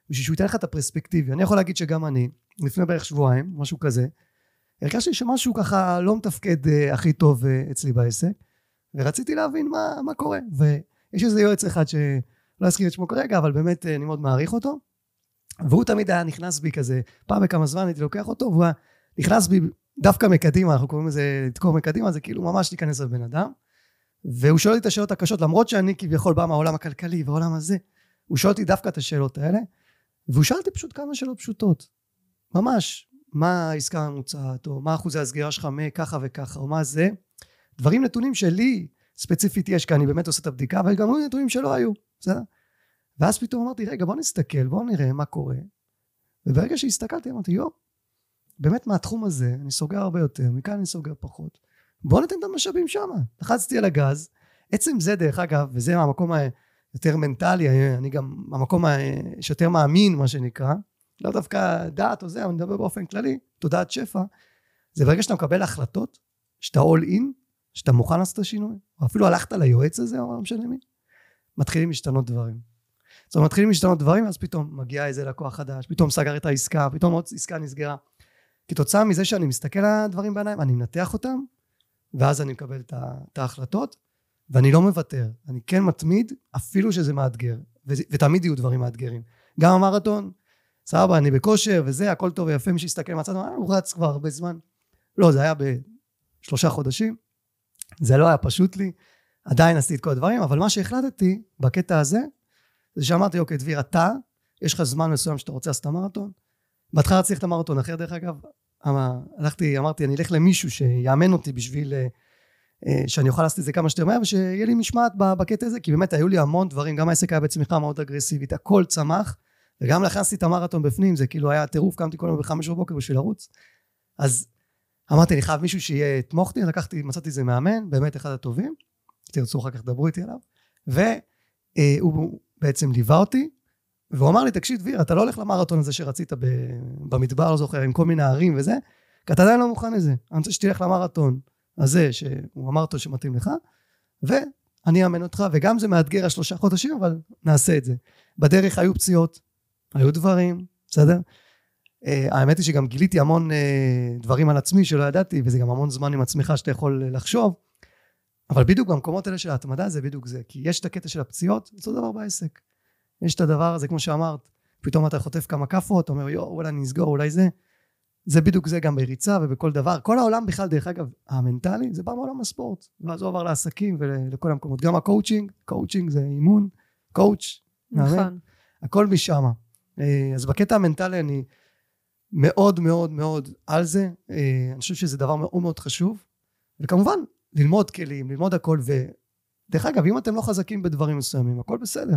בשביל שהוא ייתן לך את הפרספקטיבי. אני יכול להגיד שגם אני, לפני בערך שבועיים, משהו כזה, הרגשתי שמשהו ככה לא מתפקד uh, הכי טוב uh, אצלי בעסק, ורציתי להבין מה, מה קורה. ויש איזה יועץ אחד שלא אזכיר את שמו כרגע, אבל באמת uh, אני מאוד מעריך אותו, והוא תמיד היה נכנס בי כזה, פעם בכמה זמן הייתי לוקח אותו, והוא היה נכנס בי דווקא מקדימה, אנחנו קוראים לזה לתקור מקדימה, זה כאילו ממש להיכנס לבן אדם, והוא שואל לי את השאלות הקשות, למרות שאני כביכול בא מהעולם הכלכלי והעולם הזה, הוא שואל אותי דווקא את השאלות האלה, והוא שאל אותי פשוט כמה שאלות פשוטות, ממש, מה העסקה הממוצעת, או מה אחוזי הסגירה שלך מככה וככה, או מה זה, דברים נתונים שלי ספציפית יש, כי אני באמת עושה את הבדיקה, אבל גם נתונים שלא היו, בסדר? ואז פתאום אמרתי, רגע, בוא נסתכל, בוא נראה מה קורה, וברגע שהסתכלתי, אמרתי, יו, באמת מהתחום הזה, אני סוגר הרבה יותר, מכאן אני סוגר פחות, בוא ניתן את המשאבים שם, לחצתי על הגז, עצם זה דרך אגב, וזה מהמקום היותר מנטלי, אני גם, המקום שיותר מאמין, מה שנקרא, לא דווקא דעת או זה, אני מדבר באופן כללי, תודעת שפע, זה ברגע שאתה מקבל החלטות, שאתה all in, שאתה מוכן לעשות את השינוי, או אפילו הלכת ליועץ הזה, או לא משנה מי, מתחילים להשתנות דברים. זאת אומרת, מתחילים להשתנות דברים, אז פתאום מגיע איזה לקוח חדש, פתאום סגר את העסקה, פתאום עוד עסקה נסגרה. כתוצאה מזה שאני מסתכל על הדברים בעיניים, אני מנתח אותם, ואז אני מקבל את ההחלטות, ואני לא מוותר. אני כן מתמיד, אפילו שזה מאתגר, ותמיד יהיו דברים מאתגרים. גם המרתון, סבבה, אני בכושר, וזה, הכל טוב ויפה, מי שיסתכל מהצד, הוא רץ כבר הרבה זמן. לא, זה היה בשלושה חודשים, זה לא היה פשוט לי, עדיין עשיתי את כל הדברים, אבל מה שהחלטתי בקטע הזה, זה שאמרתי, אוקיי, דביר, אתה, יש לך זמן מסוים שאתה רוצה לעשות את המרתון, בהתחלה רציתי את המרתון אחר, דרך אגב, הלכתי, אמרתי, אני אלך למישהו שיאמן אותי בשביל שאני אוכל לעשות את זה כמה שיותר מהר, ושיהיה לי משמעת בקטע הזה, כי באמת היו לי המון דברים, גם העסק היה בצמיחה מאוד אגרסיבית, הכל צמח, וגם להכנסתי את המרתון בפנים, זה כאילו היה טירוף, קמתי כל יום בחמש בבוקר בשביל לרוץ, אז אמרתי, אני חייב מישהו שיהיה תמוך אותי, לקחתי, מצאתי זה מאמן, באמת אחד הטובים, תרצו אחר כך דברו איתי עליו, והוא בעצם ליווה אותי, והוא אמר לי, תקשיב דביר, אתה לא הולך למרתון הזה שרצית במדבר, לא זוכר, עם כל מיני ערים וזה, כי אתה עדיין לא מוכן לזה, אני רוצה שתלך למרתון הזה, שהוא אמר אותו שמתאים לך, ואני אאמן אותך, וגם זה מאתגר השלושה חודשים, אבל נעשה את זה. בדרך היו פציעות, היו דברים, בסדר? האמת היא שגם גיליתי המון דברים על עצמי שלא ידעתי, וזה גם המון זמן עם עצמך שאתה יכול לחשוב, אבל בדיוק במקומות האלה של ההתמדה זה בדיוק זה, כי יש את הקטע של הפציעות, זה אותו דבר בעסק. יש את הדבר הזה, כמו שאמרת, פתאום אתה חוטף כמה כפות, אתה אומר, יו, אולי אני אסגור, אולי זה. זה בדיוק זה גם בריצה ובכל דבר. כל העולם בכלל, דרך אגב, המנטלי, זה בא מעולם הספורט. ואז הוא עבר לעסקים ולכל המקומות. גם הקואוצ'ינג, קואוצ'ינג זה אימון, קואוצ', נכון. הכל משם. אז בקטע המנטלי אני מאוד מאוד מאוד על זה. אני חושב שזה דבר מאוד מאוד חשוב. וכמובן, ללמוד כלים, ללמוד הכל. ודרך אגב, אם אתם לא חזקים בדברים מסוימים, הכל בסדר.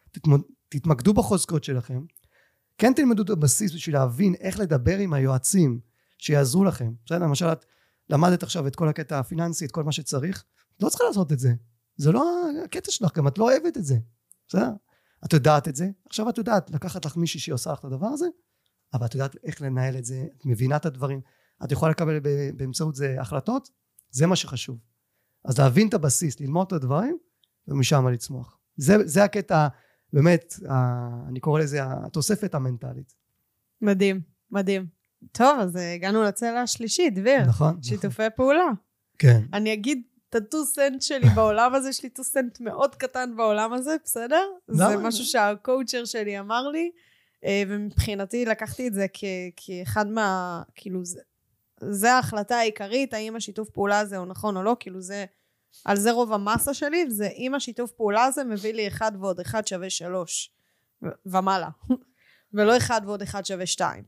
תתמקדו בחוזקות שלכם, כן תלמדו את הבסיס בשביל להבין איך לדבר עם היועצים שיעזרו לכם. בסדר, למשל את למדת עכשיו את כל הקטע הפיננסי, את כל מה שצריך, את לא צריכה לעשות את זה. זה לא הקטע שלך, גם את לא אוהבת את זה. בסדר? את יודעת את זה, עכשיו את יודעת לקחת לך מישהי שעושה לך את הדבר הזה, אבל את יודעת איך לנהל את זה, את מבינה את הדברים, את יכולה לקבל באמצעות זה החלטות, זה מה שחשוב. אז להבין את הבסיס, ללמוד את הדברים, ומשם לצמוח. זה, זה הקטע, באמת, אני קורא לזה התוספת המנטלית. מדהים, מדהים. טוב, אז הגענו לצלע השלישית, דביר. נכון. שיתופי נכון. פעולה. כן. אני אגיד את הטו סנט שלי בעולם הזה, יש לי טו סנט מאוד קטן בעולם הזה, בסדר? זה משהו שהקואוצ'ר שלי אמר לי, ומבחינתי לקחתי את זה כאחד מה, כאילו, זה ההחלטה העיקרית, האם השיתוף פעולה הזה הוא נכון או לא, כאילו זה, על זה רוב המסה שלי, זה אם השיתוף פעולה הזה מביא לי אחד ועוד אחד שווה שלוש, ומעלה, ולא אחד ועוד אחד שווה שתיים.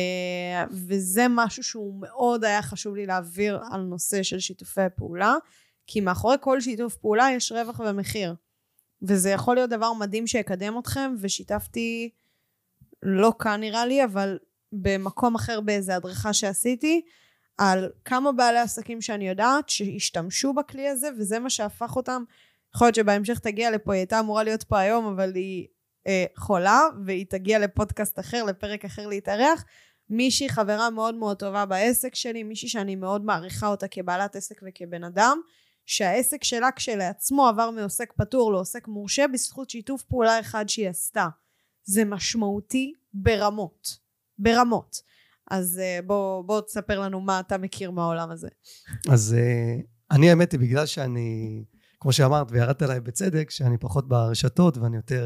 וזה משהו שהוא מאוד היה חשוב לי להעביר על נושא של שיתופי פעולה, כי מאחורי כל שיתוף פעולה יש רווח ומחיר, וזה יכול להיות דבר מדהים שיקדם אתכם, ושיתפתי, לא כאן נראה לי, אבל במקום אחר באיזה הדרכה שעשיתי, על כמה בעלי עסקים שאני יודעת שהשתמשו בכלי הזה, וזה מה שהפך אותם. יכול להיות שבהמשך תגיע לפה, היא הייתה אמורה להיות פה היום, אבל היא אה, חולה, והיא תגיע לפודקאסט אחר, לפרק אחר להתארח. מישהי חברה מאוד מאוד טובה בעסק שלי, מישהי שאני מאוד מעריכה אותה כבעלת עסק וכבן אדם, שהעסק שלה כשלעצמו עבר מעוסק פטור לעוסק מורשה, בזכות שיתוף פעולה אחד שהיא עשתה. זה משמעותי ברמות, ברמות. אז בוא, בוא תספר לנו מה אתה מכיר מהעולם הזה. אז אני האמת היא, בגלל שאני, כמו שאמרת, וירדת עליי בצדק, שאני פחות ברשתות, ואני יותר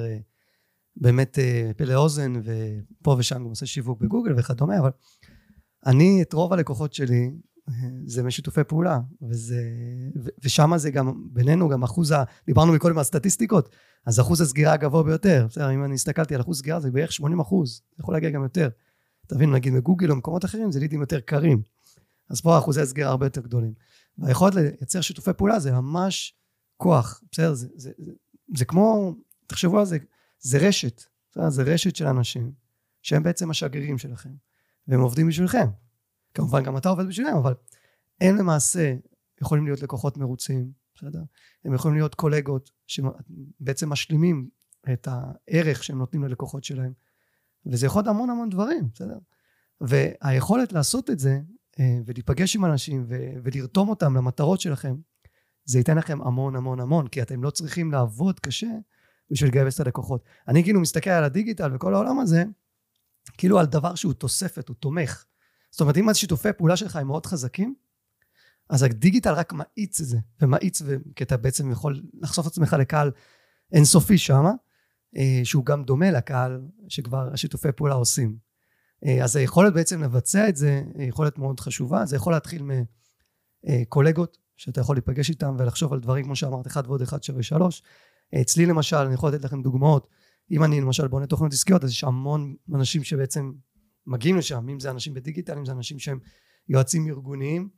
באמת פה לאוזן, ופה ושם גם עושה שיווק בגוגל וכדומה, אבל אני, את רוב הלקוחות שלי, זה משיתופי פעולה, וזה, ושם זה גם, בינינו גם אחוז, דיברנו מקודם על סטטיסטיקות, אז אחוז הסגירה הגבוה ביותר, בסדר, אם אני הסתכלתי על אחוז סגירה, זה בערך שמונים אחוז, זה יכול להגיע גם יותר, תבין, נגיד בגוגל או מקומות אחרים, זה לידים יותר קרים, אז פה אחוזי הסגירה הרבה יותר גדולים, והיכולת לייצר שיתופי פעולה, זה ממש כוח, בסדר, זה, זה, זה, זה כמו, תחשבו על זה, זה רשת, בסדר, זה רשת של אנשים, שהם בעצם השגרירים שלכם, והם עובדים בשבילכם, כמובן גם אתה עובד בשבילם, אבל הם למעשה יכולים להיות לקוחות מרוצים, בסדר? הם יכולים להיות קולגות שבעצם משלימים את הערך שהם נותנים ללקוחות שלהם, וזה יכול להיות המון המון דברים, בסדר? והיכולת לעשות את זה, ולהיפגש עם אנשים ולרתום אותם למטרות שלכם, זה ייתן לכם המון המון המון, כי אתם לא צריכים לעבוד קשה בשביל לגייס את הלקוחות. אני כאילו מסתכל על הדיגיטל וכל העולם הזה, כאילו על דבר שהוא תוספת, הוא תומך. זאת אומרת, אם השיתופי פעולה שלך הם מאוד חזקים, אז הדיגיטל רק מאיץ את זה, ומאיץ, כי אתה בעצם יכול לחשוף עצמך לקהל אינסופי שמה, שהוא גם דומה לקהל שכבר השיתופי פעולה עושים. אז היכולת בעצם לבצע את זה, יכולת מאוד חשובה, זה יכול להתחיל מקולגות, שאתה יכול להיפגש איתם ולחשוב על דברים, כמו שאמרת, אחד ועוד אחד שווה שלוש. אצלי למשל, אני יכול לתת לכם דוגמאות, אם אני למשל בונה תוכניות עסקיות, אז יש המון אנשים שבעצם מגיעים לשם, אם זה אנשים בדיגיטל, אם זה אנשים שהם יועצים ארגוניים,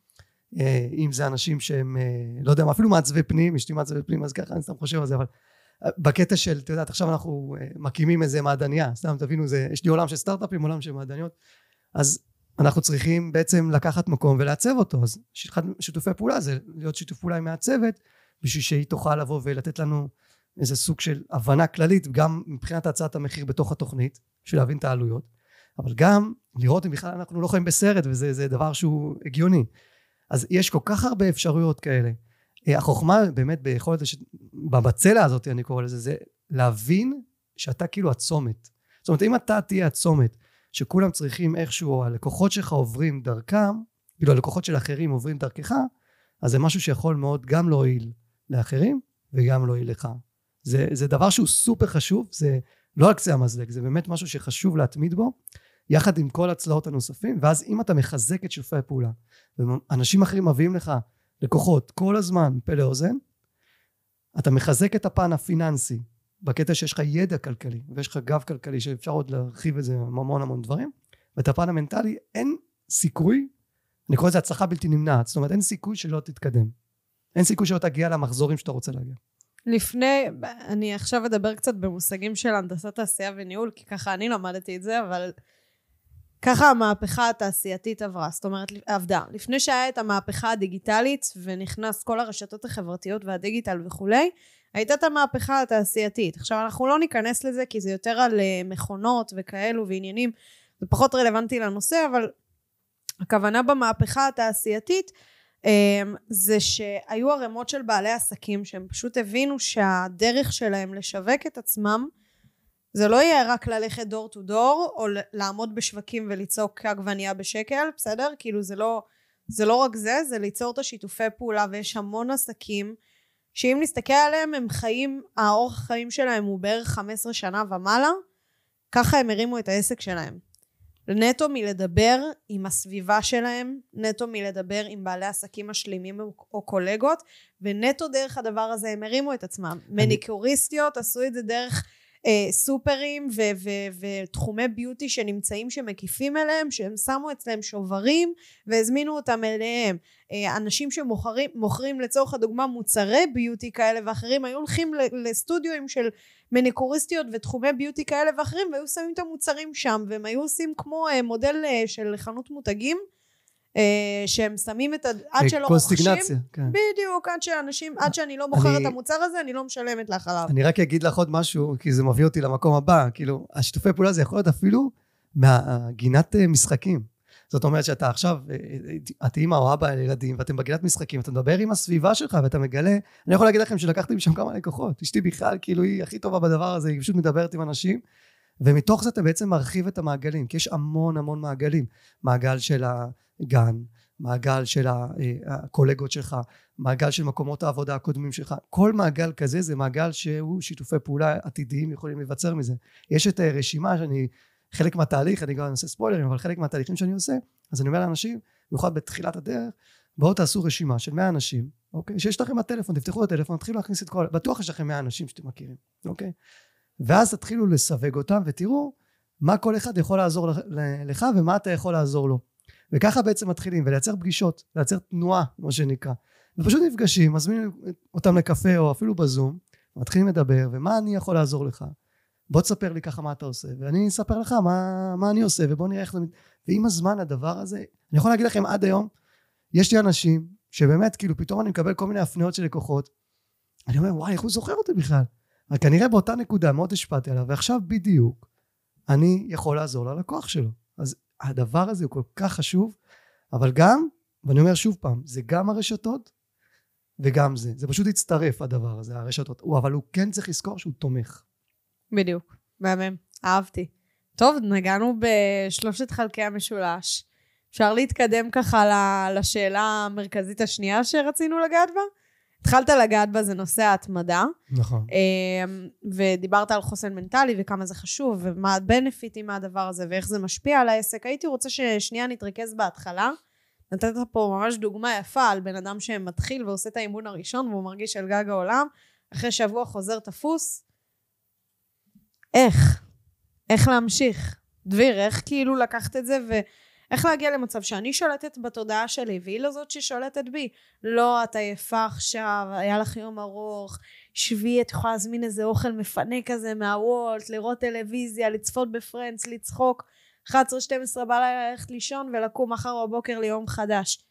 אם זה אנשים שהם, לא יודע, אפילו מעצבי פנים, אשתי מעצבי פנים, אז ככה אני סתם חושב על זה, אבל בקטע של, אתה יודעת, עכשיו אנחנו מקימים איזה מעדניה, סתם תבינו, זה, יש לי עולם של סטארט-אפים, עולם של מעדניות, אז אנחנו צריכים בעצם לקחת מקום ולעצב אותו, אז שיתופי פעולה זה להיות שיתוף פעולה עם מעצבת, בשביל שהיא תוכל לבוא ולתת לנו איזה סוג של הבנה כללית, גם מבחינת הצעת המחיר בתוך התוכנית, בשביל להבין את העלויות, אבל גם לראות אם בכלל אנחנו לא חיים בסרט, וזה זה דבר שהוא הגיוני. אז יש כל כך הרבה אפשרויות כאלה. החוכמה באמת ביכולת, בבצלה הזאת אני קורא לזה, זה להבין שאתה כאילו הצומת. זאת אומרת, אם אתה תהיה הצומת, שכולם צריכים איכשהו, הלקוחות שלך עוברים דרכם, כאילו הלקוחות של אחרים עוברים דרכך, אז זה משהו שיכול מאוד גם להועיל לאחרים, וגם להועיל לך. זה, זה דבר שהוא סופר חשוב, זה לא על קצה המזלג, זה באמת משהו שחשוב להתמיד בו, יחד עם כל הצלעות הנוספים, ואז אם אתה מחזק את שיתופי הפעולה, ואנשים אחרים מביאים לך לקוחות כל הזמן פה לאוזן, אתה מחזק את הפן הפיננסי, בקטע שיש לך ידע כלכלי, ויש לך גב כלכלי, שאפשר עוד להרחיב את זה המון המון דברים, ואת הפן המנטלי, אין סיכוי, אני קורא לזה הצלחה בלתי נמנעת, זאת אומרת, אין סיכוי שלא תתקדם, אין סיכוי שלא תגיע למחזורים שאתה רוצה להגיע. לפני, אני עכשיו אדבר קצת במושגים של הנדסת תעשייה וניהול, כי ככה אני למדתי את זה, אבל ככה המהפכה התעשייתית עברה, זאת אומרת, עבדה. לפני שהיה את המהפכה הדיגיטלית, ונכנס כל הרשתות החברתיות והדיגיטל וכולי, הייתה את המהפכה התעשייתית. עכשיו, אנחנו לא ניכנס לזה, כי זה יותר על מכונות וכאלו ועניינים, זה פחות רלוונטי לנושא, אבל הכוונה במהפכה התעשייתית, זה שהיו הרמות של בעלי עסקים, שהם פשוט הבינו שהדרך שלהם לשווק את עצמם, זה לא יהיה רק ללכת דור טו דור, או לעמוד בשווקים וליצוק עגבנייה בשקל, בסדר? כאילו זה לא, זה לא רק זה, זה ליצור את השיתופי פעולה, ויש המון עסקים, שאם נסתכל עליהם, הם חיים, האורח החיים שלהם הוא בערך חמש עשרה שנה ומעלה, ככה הם הרימו את העסק שלהם. נטו מלדבר עם הסביבה שלהם, נטו מלדבר עם בעלי עסקים משלימים או קולגות, ונטו דרך הדבר הזה הם הרימו את עצמם. אני... מניקוריסטיות עשו את זה דרך אה, סופרים ו- ו- ותחומי ביוטי שנמצאים שמקיפים אליהם, שהם שמו אצלם שוברים והזמינו אותם אליהם. אה, אנשים שמוכרים מוכרים לצורך הדוגמה מוצרי ביוטי כאלה ואחרים, היו הולכים לסטודיואים של מניקוריסטיות ותחומי ביוטי כאלה ואחרים, והיו שמים את המוצרים שם, והם היו עושים כמו אה, מודל אה, של חנות מותגים, אה, שהם שמים את, עד שלא רוכשים, כן. בדיוק, עד שאנשים, עד שאני לא מוכר אני, את המוצר הזה, אני לא משלמת לך עליו. אני רק אגיד לך עוד משהו, כי זה מביא אותי למקום הבא, כאילו, השיתופי פעולה זה יכול להיות אפילו מהגינת משחקים. זאת אומרת שאתה עכשיו, את אימא או אבא לילדים, ואתם בגינת משחקים, אתה מדבר עם הסביבה שלך, ואתה מגלה, אני יכול להגיד לכם שלקחתי משם כמה לקוחות, אשתי בכלל, כאילו היא הכי טובה בדבר הזה, היא פשוט מדברת עם אנשים, ומתוך זה אתה בעצם מרחיב את המעגלים, כי יש המון המון מעגלים, מעגל של הגן, מעגל של הקולגות שלך, מעגל של מקומות העבודה הקודמים שלך, כל מעגל כזה זה מעגל שהוא שיתופי פעולה עתידיים יכולים להיווצר מזה. יש את הרשימה שאני, חלק מהתהליך, אני גם עושה ספוילרים, אבל חלק מהתהליכים שאני עושה, אז אני אומר לאנשים, במיוחד בתחילת הדרך, בואו תעשו רשימה של מאה אנשים, אוקיי? שיש לכם הטלפון, תפתחו את הטלפון, תתחילו להכניס את כל, בטוח יש לכם מאה אנשים שאתם מכירים, אוקיי? ואז תתחילו לסווג אותם ותראו מה כל אחד יכול לעזור לך ומה אתה יכול לעזור לו. וככה בעצם מתחילים, ולייצר פגישות, לייצר תנועה, כמו שנקרא. ופשוט נפגשים, מזמינים אותם לקפה או אפילו בזום, מתחילים לדבר, ומה אני יכול לעזור לך? בוא תספר לי ככה מה אתה עושה, ואני אספר לך מה, מה אני עושה, ובוא נראה איך זה... ועם הזמן הדבר הזה, אני יכול להגיד לכם עד היום, יש לי אנשים שבאמת, כאילו, פתאום אני מקבל כל מיני הפניות של לקוחות, אני אומר, וואי, איך הוא זוכר אותי בכלל? אבל כנראה באותה נקודה מאוד השפעתי עליו, ועכשיו בדיוק, אני יכול לעזור ללקוח שלו. אז הדבר הזה הוא כל כך חשוב, אבל גם, ואני אומר שוב פעם, זה גם הרשתות, וגם זה. זה פשוט יצטרף הדבר הזה, הרשתות. אבל הוא כן צריך לזכור שהוא תומך. בדיוק, מהמם, אהבתי. טוב, נגענו בשלושת חלקי המשולש. אפשר להתקדם ככה לשאלה המרכזית השנייה שרצינו לגעת בה? התחלת לגעת בה, זה נושא ההתמדה. נכון. ודיברת על חוסן מנטלי וכמה זה חשוב, ומה הבנפיטים מהדבר הזה, ואיך זה משפיע על העסק. הייתי רוצה ששנייה נתרכז בהתחלה. נתת פה ממש דוגמה יפה על בן אדם שמתחיל ועושה את האימון הראשון, והוא מרגיש על גג העולם, אחרי שבוע חוזר תפוס. איך? איך להמשיך? דביר, איך כאילו לקחת את זה, ואיך להגיע למצב שאני שולטת בתודעה שלי, והיא לא זאת ששולטת בי. לא, את עייפה עכשיו, היה לך יום ארוך, שבי, את יכולה להזמין איזה אוכל מפנה כזה מהוולט, לראות טלוויזיה, לצפות בפרנדס, לצחוק, אחת עשרה שתים עשרה בלילה ללכת לישון, ולקום מחר בבוקר ליום חדש.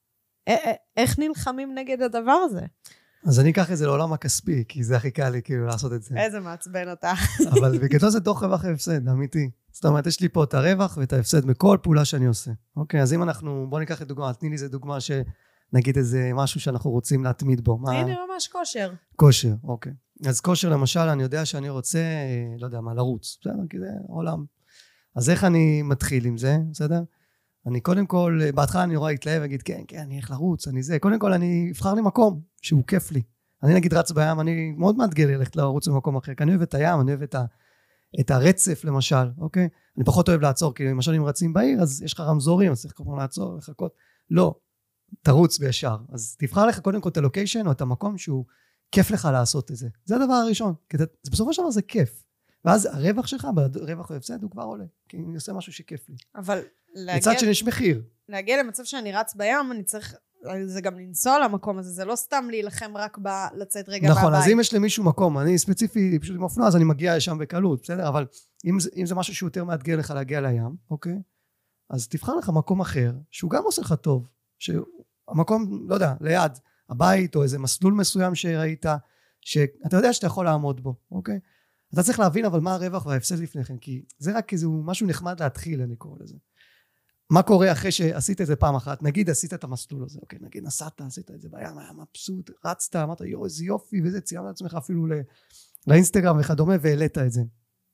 איך נלחמים נגד הדבר הזה? אז אני אקח את זה לעולם הכספי, כי זה הכי קל לי כאילו לעשות את זה. איזה מעצבן אתה. אבל בגדול זה תוך רווח והפסד, אמיתי. זאת אומרת, יש לי פה את הרווח ואת ההפסד בכל פעולה שאני עושה. אוקיי, אז אם אנחנו, בוא ניקח את דוגמה, תני לי איזה דוגמה שנגיד איזה משהו שאנחנו רוצים להתמיד בו. הנה ממש כושר. כושר, אוקיי. אז כושר למשל, אני יודע שאני רוצה, לא יודע מה, לרוץ, בסדר? כי זה עולם. אז איך אני מתחיל עם זה, בסדר? אני קודם כל, בהתחלה אני רואה להתלהב ואגיד, כן, כן, אני איך לרוץ, אני זה. קודם כל אני אבחר לי מקום שהוא כיף לי. אני נגיד רץ בים, אני מאוד מאתגר לי ללכת לרוץ במקום אחר, כי אני אוהב את הים, אני אוהב את, ה, את הרצף למשל, אוקיי? אני פחות אוהב לעצור, כי למשל אם רצים בעיר, אז יש לך רמזורים, אז צריך כמובן לעצור, לחכות. לא, תרוץ בישר. אז תבחר לך קודם כל את הלוקיישן, או את המקום שהוא כיף לך לעשות את זה. זה הדבר הראשון, כי זה, בסופו של דבר זה כיף. ואז הרווח שלך, ברווח והפסד, הוא כבר עולה, כי אני עושה משהו שכיף לי. אבל להגיע... מצד שיש מחיר. להגיע למצב שאני רץ בים, אני צריך, זה גם לנסוע למקום הזה, זה לא סתם להילחם רק ב... לצאת רגע נכון, מהבית. אז אם יש למישהו מקום, אני ספציפי, פשוט עם אופנוע, אז אני מגיע לשם בקלות, בסדר? אבל אם זה, אם זה משהו שהוא יותר מאתגר לך להגיע לים, אוקיי? אז תבחר לך מקום אחר, שהוא גם עושה לך טוב, שהמקום, לא יודע, ליד הבית, או איזה מסלול מסוים שראית, שאתה יודע שאתה יכול לעמוד בו, אוקיי? אתה צריך להבין אבל מה הרווח וההפסד לפניכם, כי זה רק איזה משהו נחמד להתחיל, אני קורא לזה. מה קורה אחרי שעשית את זה פעם אחת? נגיד עשית את המסלול הזה, אוקיי, נגיד נסעת, עשית את זה בים, היה מבסוט, רצת, אמרת, יו, איזה יופי, וזה, ציינת לעצמך אפילו לאינסטגרם וכדומה, והעלית את זה.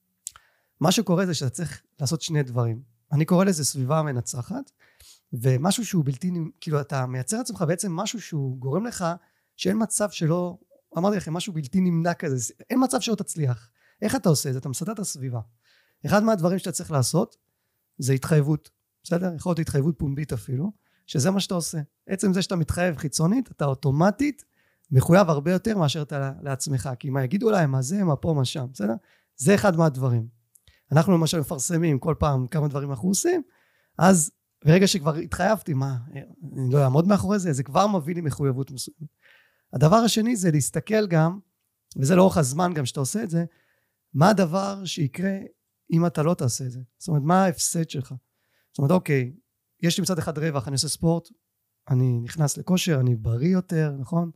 מה שקורה זה שאתה צריך לעשות שני דברים. אני קורא לזה סביבה מנצחת, ומשהו שהוא בלתי, כאילו אתה מייצר לעצמך בעצם משהו שהוא גורם לך, שאין מצב שלא, אמרתי לכם, משהו בלתי נמנע כזה, אין מצב שלא תצליח. איך אתה עושה את זה? אתה מסדר את הסביבה. אחד מהדברים שאתה צריך לעשות, זה התחייבות. בסדר? יכול להיות התחייבות פומבית אפילו, שזה מה שאתה עושה. עצם זה שאתה מתחייב חיצונית, אתה אוטומטית מחויב הרבה יותר מאשר אתה לעצמך. כי מה יגידו להם, מה זה, מה פה, מה שם. בסדר? זה אחד מהדברים. אנחנו למשל מפרסמים כל פעם כמה דברים אנחנו עושים, אז ברגע שכבר התחייבתי, מה, אני לא אעמוד מאחורי זה, זה כבר מביא לי מחויבות מסוימת. הדבר השני זה להסתכל גם, וזה לאורך הזמן גם שאתה עושה את זה, מה הדבר שיקרה אם אתה לא תעשה את זה? זאת אומרת, מה ההפסד שלך? זאת אומרת, אוקיי, יש לי מצד אחד רווח, אני עושה ספורט, אני נכנס לכושר, אני בריא יותר, נכון?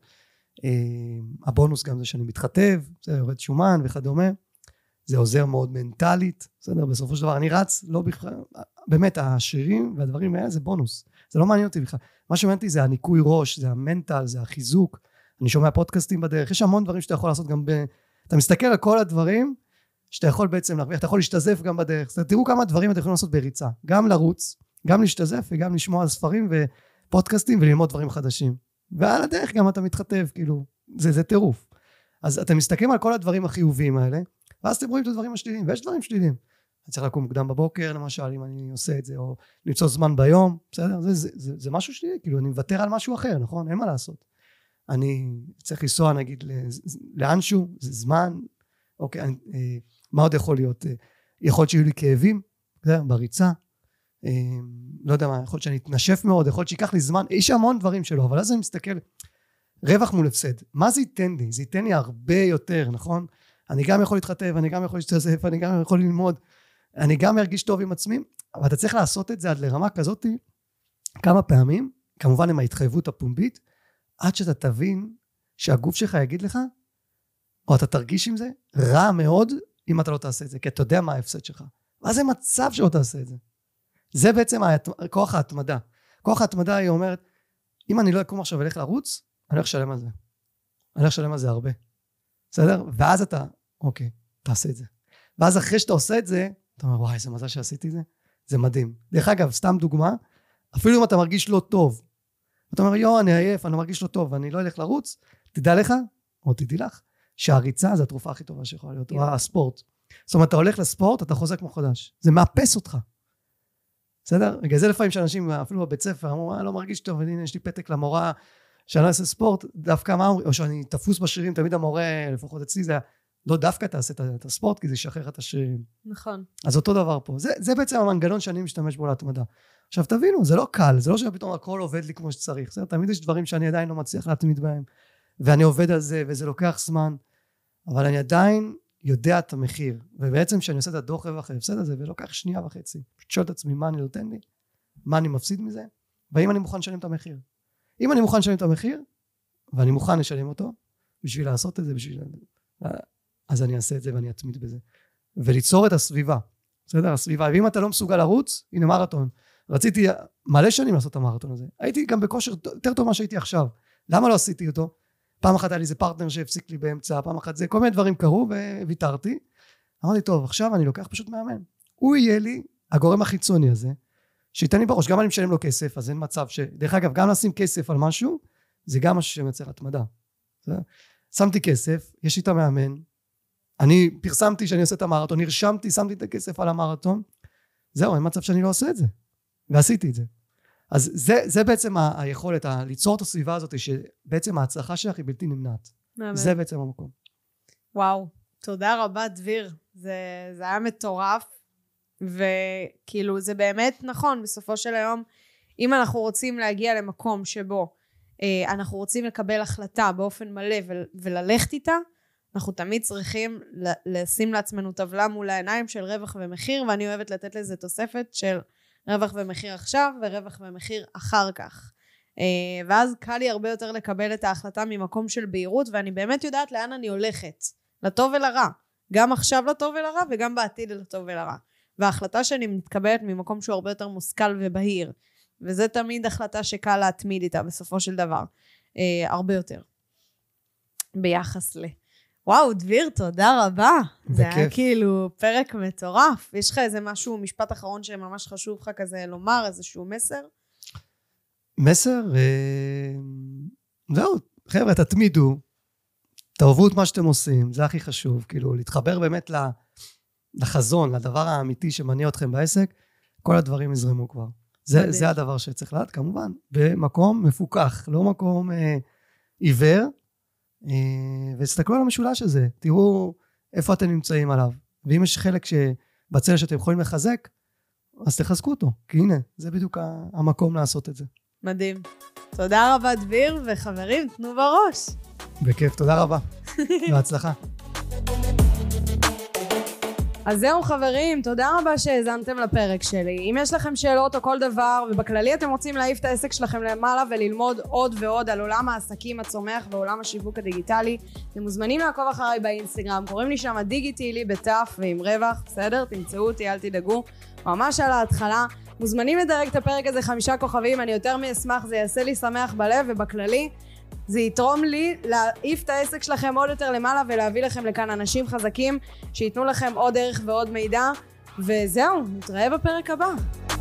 הבונוס גם זה שאני מתחתב, זה יורד שומן וכדומה, זה עוזר מאוד מנטלית, בסדר? בסופו של דבר אני רץ, לא בכלל, באמת השרירים והדברים האלה זה בונוס, זה לא מעניין אותי בכלל. מה שמעניין אותי זה הניקוי ראש, זה המנטל, זה החיזוק, אני שומע פודקאסטים בדרך, יש המון דברים שאתה יכול לעשות גם ב... אתה מסתכל על כל הדברים, שאתה יכול בעצם להרוויח, אתה יכול להשתזף גם בדרך. אז תראו כמה דברים אתם יכולים לעשות בריצה, גם לרוץ, גם להשתזף וגם לשמוע ספרים ופודקאסטים וללמוד דברים חדשים. ועל הדרך גם אתה מתחתב, כאילו, זה, זה טירוף. אז אתם מסתכלים על כל הדברים החיוביים האלה, ואז אתם רואים את הדברים השליליים, ויש דברים שליליים. אני צריך לקום מוקדם בבוקר, למשל, אם אני עושה את זה, או למצוא זמן ביום, בסדר? זה, זה, זה, זה משהו שלילי, כאילו, אני מוותר על משהו אחר, נכון? אין מה לעשות. אני צריך לנסוע, נגיד, לאנשהו, זה זמן, אוקיי, אני, אה, מה עוד יכול להיות? אה, יכול להיות שיהיו לי כאבים, בסדר? בריצה, אה, לא יודע מה, יכול להיות שאני אתנשף מאוד, יכול להיות שיקח לי זמן, יש המון דברים שלו, אבל אז אני מסתכל, רווח מול הפסד, מה זה ייתן לי? זה ייתן לי הרבה יותר, נכון? אני גם יכול להתחתב, אני גם יכול להשתזף, אני גם יכול ללמוד, אני גם ארגיש טוב עם עצמי, אבל אתה צריך לעשות את זה עד לרמה כזאת כמה פעמים, כמובן עם ההתחייבות הפומבית, עד שאתה תבין שהגוף שלך יגיד לך, או אתה תרגיש עם זה, רע מאוד אם אתה לא תעשה את זה, כי אתה יודע מה ההפסד שלך. מה זה מצב שלא תעשה את זה? זה בעצם כוח ההתמדה. כוח ההתמדה היא אומרת, אם אני לא אקום עכשיו ולך לרוץ, אני הולך לשלם על זה. אני הולך לשלם על זה הרבה. בסדר? ואז אתה, אוקיי, תעשה את זה. ואז אחרי שאתה עושה את זה, אתה אומר, וואי, זה מזל שעשיתי את זה. זה מדהים. דרך אגב, סתם דוגמה, אפילו אם אתה מרגיש לא טוב, אתה אומר, יו, אני עייף, אני מרגיש לא טוב, ואני לא אלך לרוץ, תדע לך, או תדעי לך, שהריצה זה התרופה הכי טובה שיכולה להיות, או הספורט. זאת אומרת, אתה הולך לספורט, אתה חוזר כמו חדש. זה מאפס אותך. בסדר? בגלל זה לפעמים שאנשים, אפילו בבית ספר, אמרו, אני לא מרגיש טוב, הנה, יש לי פתק למורה, שאני לא אעשה ספורט, דווקא מה אומרים, או שאני תפוס בשירים, תמיד המורה, לפחות אצלי, זה לא דווקא תעשה את הספורט, כי זה ישחרר את השירים. נכון. אז אותו דבר פה. זה, זה בעצם המנגנון שאני משתמש בו להתמדה. עכשיו תבינו, זה לא קל, זה לא שפתאום הכל עובד לי כמו שצריך. זה, תמיד יש דברים שאני עדיין לא מצליח להתמיד בהם, ואני עובד על זה, וזה לוקח זמן, אבל אני עדיין יודע את המחיר, ובעצם כשאני עושה את הדוח רווח ההפסד הזה, ולוקח שנייה וחצי, שואל את עצמי מה אני נותן לי, מה אני מפסיד מזה, והאם אני מוכן לשלם את המחיר. אם אני מוכן לשלם את המחיר, ואני מוכן לשלם אותו, בשביל לעשות את זה, בשביל... אז אני אעשה את זה ואני אתמיד בזה. וליצור את הסביבה, בסדר? הסביבה. ואם אתה לא מסוגל לרוץ, הנה מרתון. רציתי מלא שנים לעשות את המרתון הזה. הייתי גם בכושר יותר טוב מה שהייתי עכשיו. למה לא עשיתי אותו? פעם אחת היה לי איזה פרטנר שהפסיק לי באמצע, פעם אחת זה, כל מיני דברים קרו וויתרתי. אמרתי, טוב, עכשיו אני לוקח פשוט מאמן. הוא יהיה לי הגורם החיצוני הזה, שייתן לי בראש, גם אני משלם לו כסף, אז אין מצב ש... דרך אגב, גם לשים כסף על משהו, זה גם משהו שמייצר התמדה. שמתי כסף, יש לי את המאמן, אני פרסמתי שאני עושה את המרתון, נרשמתי, שמתי את הכסף על המרתון, זהו, אין מצב שאני לא עושה את זה. ועשיתי את זה. אז זה, זה בעצם ה- היכולת, ה- ליצור את הסביבה הזאת, שבעצם ההצלחה שלך היא בלתי נמנעת. מאמן. זה בעצם המקום. וואו, תודה רבה דביר. זה, זה היה מטורף, וכאילו זה באמת נכון, בסופו של היום, אם אנחנו רוצים להגיע למקום שבו, אה, אנחנו רוצים לקבל החלטה באופן מלא ול, וללכת איתה, אנחנו תמיד צריכים לשים לעצמנו טבלה מול העיניים של רווח ומחיר, ואני אוהבת לתת לזה תוספת של רווח ומחיר עכשיו, ורווח ומחיר אחר כך. ואז קל לי הרבה יותר לקבל את ההחלטה ממקום של בהירות, ואני באמת יודעת לאן אני הולכת, לטוב ולרע. גם עכשיו לטוב ולרע, וגם בעתיד לטוב ולרע. וההחלטה שאני מתקבלת ממקום שהוא הרבה יותר מושכל ובהיר, וזה תמיד החלטה שקל להתמיד איתה בסופו של דבר. הרבה יותר. ביחס ל... וואו, דביר, תודה רבה. בכיף. זה היה כאילו פרק מטורף. יש לך איזה משהו, משפט אחרון שממש חשוב לך כזה לומר, איזשהו מסר? מסר? זהו, חבר'ה, תתמידו, תאהבו את מה שאתם עושים, זה הכי חשוב, כאילו, להתחבר באמת לחזון, לדבר האמיתי שמניע אתכם בעסק, כל הדברים יזרמו כבר. זה, זה הדבר שצריך לדעת, כמובן, במקום מפוקח, לא מקום אה, עיוור, ותסתכלו על המשולש הזה, תראו איפה אתם נמצאים עליו, ואם יש חלק שבצל שאתם יכולים לחזק, אז תחזקו אותו, כי הנה, זה בדיוק המקום לעשות את זה. מדהים. תודה רבה דביר, וחברים, תנו בראש. בכיף, תודה רבה. בהצלחה. אז זהו חברים, תודה רבה שהזנתם לפרק שלי. אם יש לכם שאלות או כל דבר, ובכללי אתם רוצים להעיף את העסק שלכם למעלה וללמוד עוד ועוד על עולם העסקים הצומח ועולם השיווק הדיגיטלי, אתם מוזמנים לעקוב אחריי באינסטגרם, קוראים לי שם דיגיטילי בתף ועם רווח, בסדר? תמצאו אותי, אל תדאגו. ממש על ההתחלה. מוזמנים לדרג את הפרק הזה חמישה כוכבים, אני יותר מאשמח, זה יעשה לי שמח בלב, ובכללי זה יתרום לי להעיף את העסק שלכם עוד יותר למעלה ולהביא לכם לכאן אנשים חזקים שיתנו לכם עוד ערך ועוד מידע, וזהו, נתראה בפרק הבא.